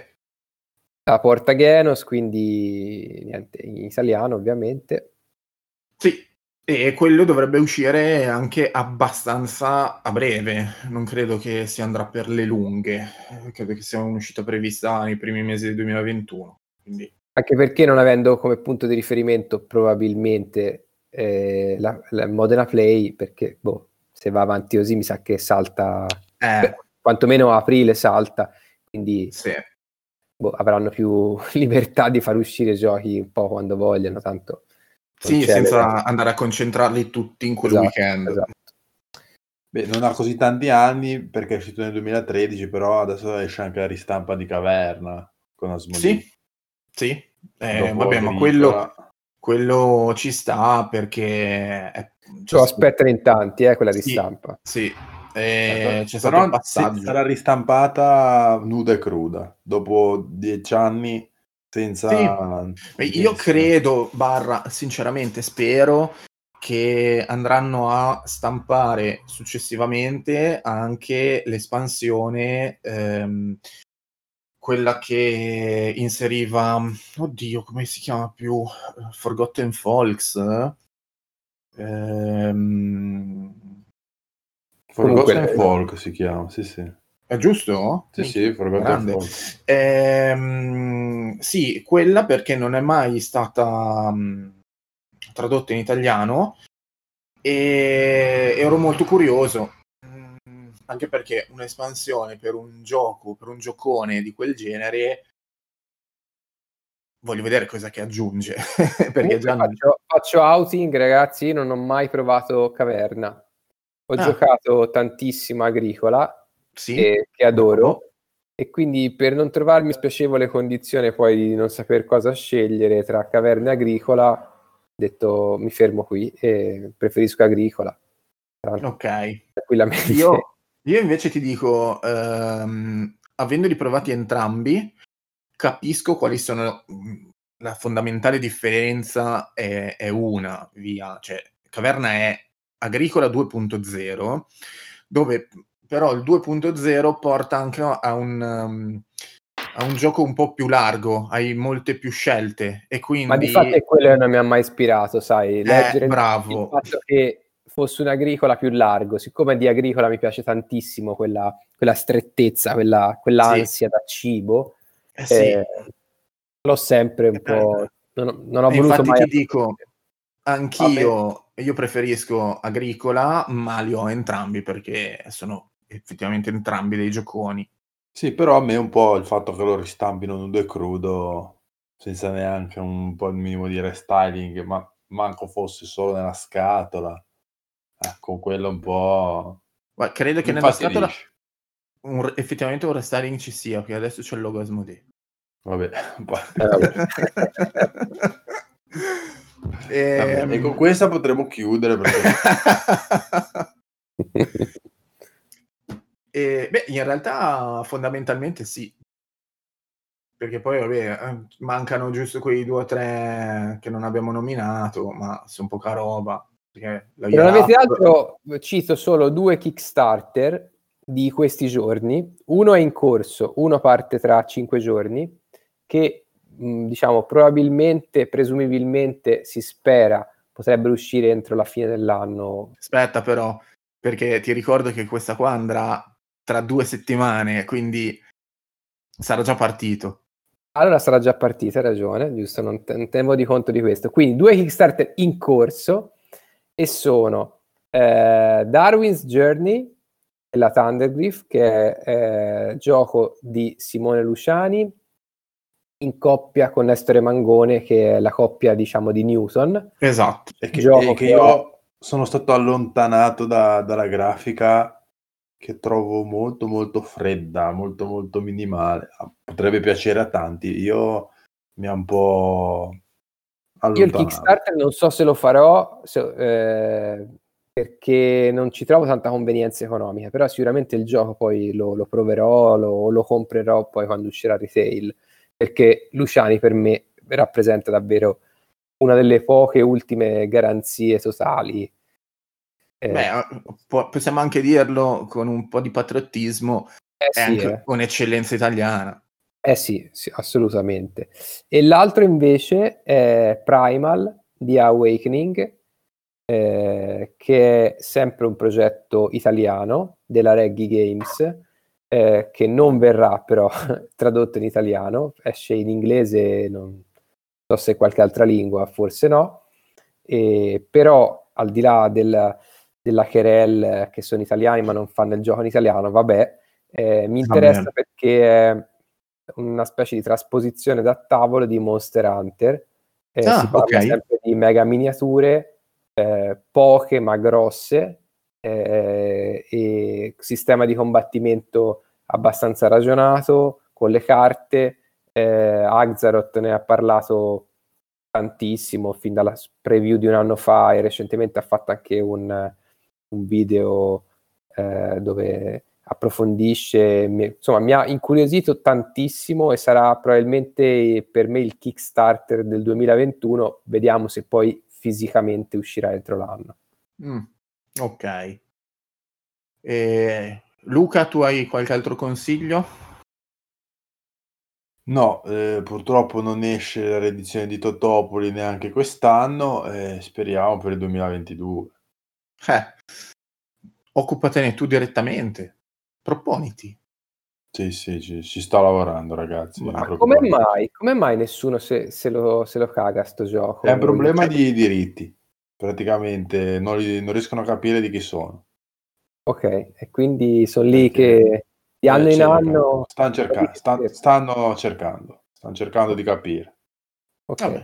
La Porta Genos, quindi niente, in italiano ovviamente. Sì, e quello dovrebbe uscire anche abbastanza a breve. Non credo che si andrà per le lunghe. Eh, Credo che sia un'uscita prevista nei primi mesi del duemilaventuno. Quindi, Anche perché non avendo come punto di riferimento probabilmente eh, la, la Modena Play, perché boh, se va avanti così mi sa che salta, eh, quantomeno a aprile salta, quindi sì. boh, avranno più libertà di far uscire giochi un po' quando vogliono, tanto non Sì, c'è senza andare a concentrarli tutti in quel esatto, weekend. esatto. beh, non ha così tanti anni perché è uscito nel duemilatredici, però adesso esce anche la ristampa di Caverna con Asmodee. Sì, sì. Eh, Dopo vabbè, ma quello, Agricola. quello ci sta perché è, c'è Lo stato- aspettano in tanti, eh, quella sì, ristampa. sì. Eh, c'è stato Però il sì, passaggio. sarà ristampata nuda e cruda dopo dieci anni senza Sì. Beh, io gest. credo, barra, sinceramente spero che andranno a stampare successivamente anche l'espansione, ehm, quella che inseriva, oddio, come si chiama più? Forgotten Folks? Ehm, Comunque, Forgotten eh, Folk si chiama, sì sì. è giusto? Sì, Minchia, sì, Forgotten grande. Folk. Ehm, sì, quella perché non è mai stata mh, tradotta in italiano e ero molto curioso, mm, anche perché un'espansione per un gioco, per un giocone di quel genere, voglio vedere cosa che aggiunge, perché comunque già... faccio, faccio outing, ragazzi, non ho mai provato Caverna. Ho Ah, giocato tantissimo Agricola, sì, che, che bravo. adoro, e quindi per non trovarmi in spiacevole condizione poi di non saper cosa scegliere tra Caverna e Agricola, ho detto mi fermo qui e preferisco Agricola. Ok. Tranquillamente. Io, io invece ti dico, ehm, avendoli provati entrambi, capisco quali sono. mh, La fondamentale differenza è, è una, via, cioè Caverna è Agricola due punto zero, dove però il due punto zero porta anche a un, um, a un gioco un po' più largo, hai molte più scelte e Ma di quindi... fatto è quello che non mi ha mai ispirato, sai, Eh, leggere il, il bravo, fatto che fosse un'agricola più largo, siccome di agricola mi piace tantissimo quella, quella strettezza, quella, sì, quell'ansia da cibo, eh sì. eh, l'ho sempre un Eh, po'... Non, ho- non ho E voluto infatti mai ti dico, approfondire. A me, anch'io, io preferisco Agricola, ma li ho entrambi perché sono effettivamente entrambi dei gioconi. sì, però a me un po' il fatto che lo ristampino nudo e crudo, senza neanche un po' il minimo di restyling, ma manco fosse solo nella scatola. Ecco, quello un po' Ma credo che mi nella scatola infastidisce. un- effettivamente un restyling ci sia, perché adesso c'è il logo Asmodee. Vabbè, poi... Eh, vabbè. Vabbè, e con Ehm... questa potremo chiudere perché E, beh, in realtà fondamentalmente sì, perché poi vabbè, eh, mancano giusto quei due o tre che non abbiamo nominato, ma sono poca roba. perché la Se non Year avete Up- altro, cito solo due Kickstarter di questi giorni. Uno è in corso, uno parte tra cinque giorni, che mh, diciamo probabilmente, presumibilmente, si spera potrebbero uscire entro la fine dell'anno. Aspetta però, perché ti ricordo che questa qua andrà tra due settimane, quindi sarà già partito. Allora sarà già partita, hai ragione, giusto, non, te- non tenevo di conto di questo. Quindi due Kickstarter in corso e sono eh, Darwin's Journey e la Thunderglyph, che è eh, gioco di Simone Luciani in coppia con Nestore Mangone, che è la coppia, diciamo, di Newton. Esatto. E che, Gioco e che che ho- io sono stato allontanato da- dalla grafica, che trovo molto molto fredda, molto molto minimale. Ah, potrebbe piacere a tanti, io mi ha un po' Io il allontanato. Kickstarter non so se lo farò se- eh, perché non ci trovo tanta convenienza economica, però sicuramente il gioco poi lo, lo proverò, lo, lo comprerò poi quando uscirà retail, perché Luciani per me rappresenta davvero una delle poche ultime garanzie totali. Eh, Beh, po- possiamo anche dirlo con un po' di patriottismo, eh è sì, anche eh. un'eccellenza italiana. Eh sì, sì, assolutamente. E l'altro invece è Primal di Awakening, eh, che è sempre un progetto italiano della Reggie Games, eh, che non verrà però tradotto in italiano, esce in inglese, non so se qualche altra lingua, forse no, e, però al di là del, della querel che sono italiani ma non fanno il gioco in italiano, vabbè, eh, mi interessa bene. perché è una specie di trasposizione da tavolo di Monster Hunter. Eh, Ah, si parla ok. sempre di mega miniature, eh, poche ma grosse, eh, e sistema di combattimento abbastanza ragionato con le carte. eh, Axaroth ne ha parlato tantissimo fin dalla preview di un anno fa, e recentemente ha fatto anche un, un video eh, dove approfondisce, mi, insomma mi ha incuriosito tantissimo e sarà probabilmente per me il Kickstarter del duemilaventuno. Vediamo se poi fisicamente uscirà entro l'anno. Mm, ok. E Luca, tu hai qualche altro consiglio? No, eh, purtroppo non esce la riedizione di Totopoli neanche quest'anno, eh, speriamo per il duemilaventidue. Eh, occupatene tu direttamente. Proponiti. Sì, sì, ci, ci sto lavorando, ragazzi. non Ma Ma come preoccupatevi. mai? Come mai nessuno se, se lo, se lo caga sto gioco? È un problema di diritti, praticamente non, li- non riescono a capire di chi sono. Ok, e quindi sono lì Perché, che di anno eh, in cercano, anno... stanno cercando, stan- stanno cercando, stanno cercando di capire. Ok. vabbè.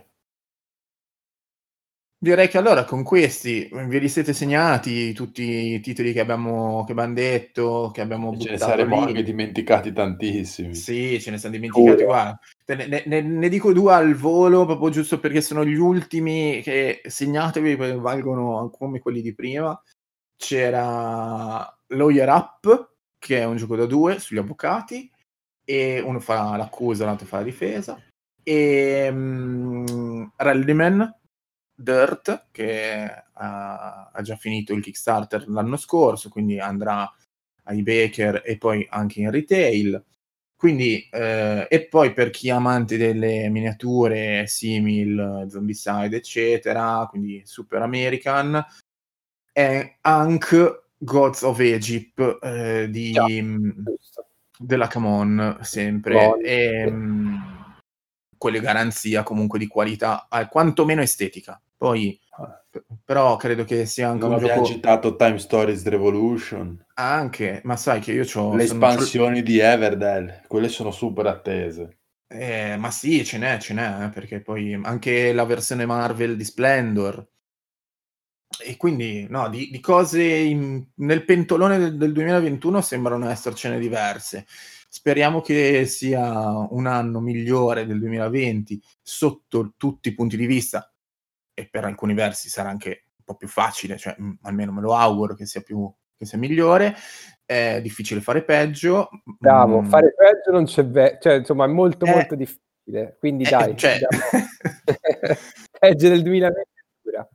Direi che allora con questi vi li siete segnati tutti i titoli che abbiamo, che abbiamo detto, che abbiamo E ce ne buttato saremmo lì. anche dimenticati tantissimi. Sì, ce ne siamo dimenticati. Giuro. Guarda, te ne, ne- ne- ne dico due al volo, proprio giusto perché sono gli ultimi che segnatevi, perché valgono come quelli di prima. C'era Lawyer Up, che è un gioco da due sugli avvocati, e uno fa l'accusa, l'altro fa la difesa. E um, Rallyman Dirt, che ha, ha già finito il Kickstarter l'anno scorso, quindi andrà ai Baker e poi anche in retail. Quindi, eh, e poi per chi è amante delle miniature simil, Zombicide, eccetera, quindi Super American, è Ankh Gods of Egypt eh, di, Già, mh, giusto. della Camon, sempre. Mon, E, sì. mh, quelle garanzia comunque di qualità, eh, quantomeno estetica. Poi, p- però credo che sia anche Non un abbiamo gioco citato Time Stories Revolution, anche, ma sai che io c'ho, le sono, c'ho- espansioni di Everdell, quelle sono super attese. eh, ma sì, ce n'è, ce n'è, eh, perché poi anche la versione Marvel di Splendor. E quindi, no, di, di cose in- nel pentolone del, del duemilaventuno sembrano essercene diverse. Speriamo che sia un anno migliore del duemilaventi sotto tutti i punti di vista, e per alcuni versi sarà anche un po' più facile, cioè mh, almeno me lo auguro che sia più che sia migliore. È difficile fare peggio. Bravo, Mm, fare peggio non c'è, ve- cioè insomma è molto eh, molto difficile, quindi eh, dai, cioè, diamo peggio del duemilaventi. Dura.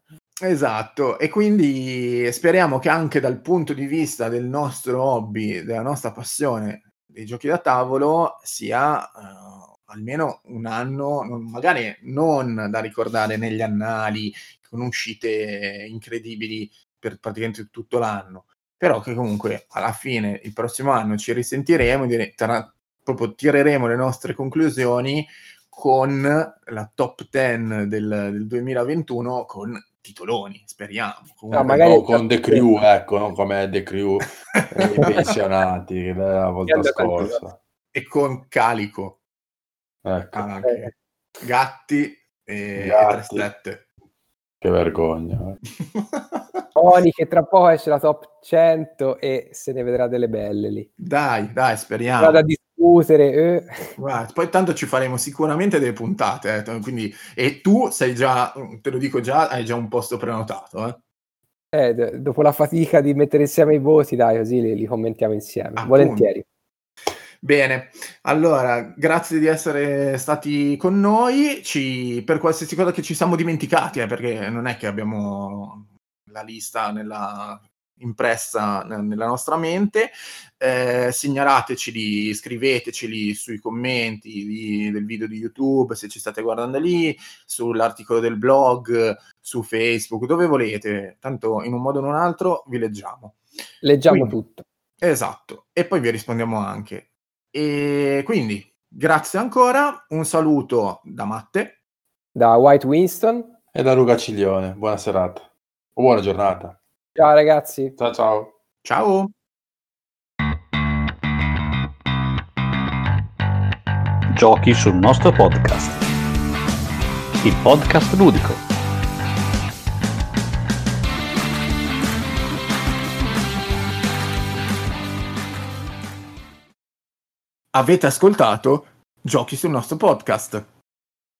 Esatto, e quindi speriamo che anche dal punto di vista del nostro hobby, della nostra passione dei giochi da tavolo, sia uh, almeno un anno, non, magari non da ricordare negli annali, con uscite incredibili per praticamente tutto l'anno, però che comunque alla fine, il prossimo anno, ci risentiremo, dire, tra, proprio tireremo le nostre conclusioni con la top dieci del, del duemilaventuno, con titoloni, speriamo. Comunque, no, magari no, con The Crew, ecco, non come The Crew i pensionati che la volta scorsa. E con Calico. Ecco. Anche. Gatti e, Gatti. e tre sette. Che vergogna. Oni che tra poco esce la top cento e se ne vedrà delle belle lì. Dai, dai, speriamo. Vado a discutere. Eh. Guarda, poi tanto ci faremo sicuramente delle puntate, eh, quindi, e tu sei già, te lo dico già, hai già un posto prenotato, eh? Eh, d- dopo la fatica di mettere insieme i voti, dai, così li, li commentiamo insieme. Appunto. Volentieri. Bene, allora, grazie di essere stati con noi, ci, per qualsiasi cosa che ci siamo dimenticati, eh, perché non è che abbiamo la lista nella, impressa nella nostra mente, eh, segnalateceli, scriveteceli sui commenti di, del video di YouTube, se ci state guardando lì, sull'articolo del blog, su Facebook, dove volete, tanto in un modo o in un altro vi leggiamo. Leggiamo quindi, tutto. Esatto, e poi vi rispondiamo anche. E quindi grazie ancora, un saluto da Matte, da White Winston e da Luca Ciglione. Buona serata o buona giornata. Ciao ragazzi. Ciao ciao. Ciao. Giochi sul nostro podcast. Il podcast ludico. Avete ascoltato Giochi sul nostro podcast.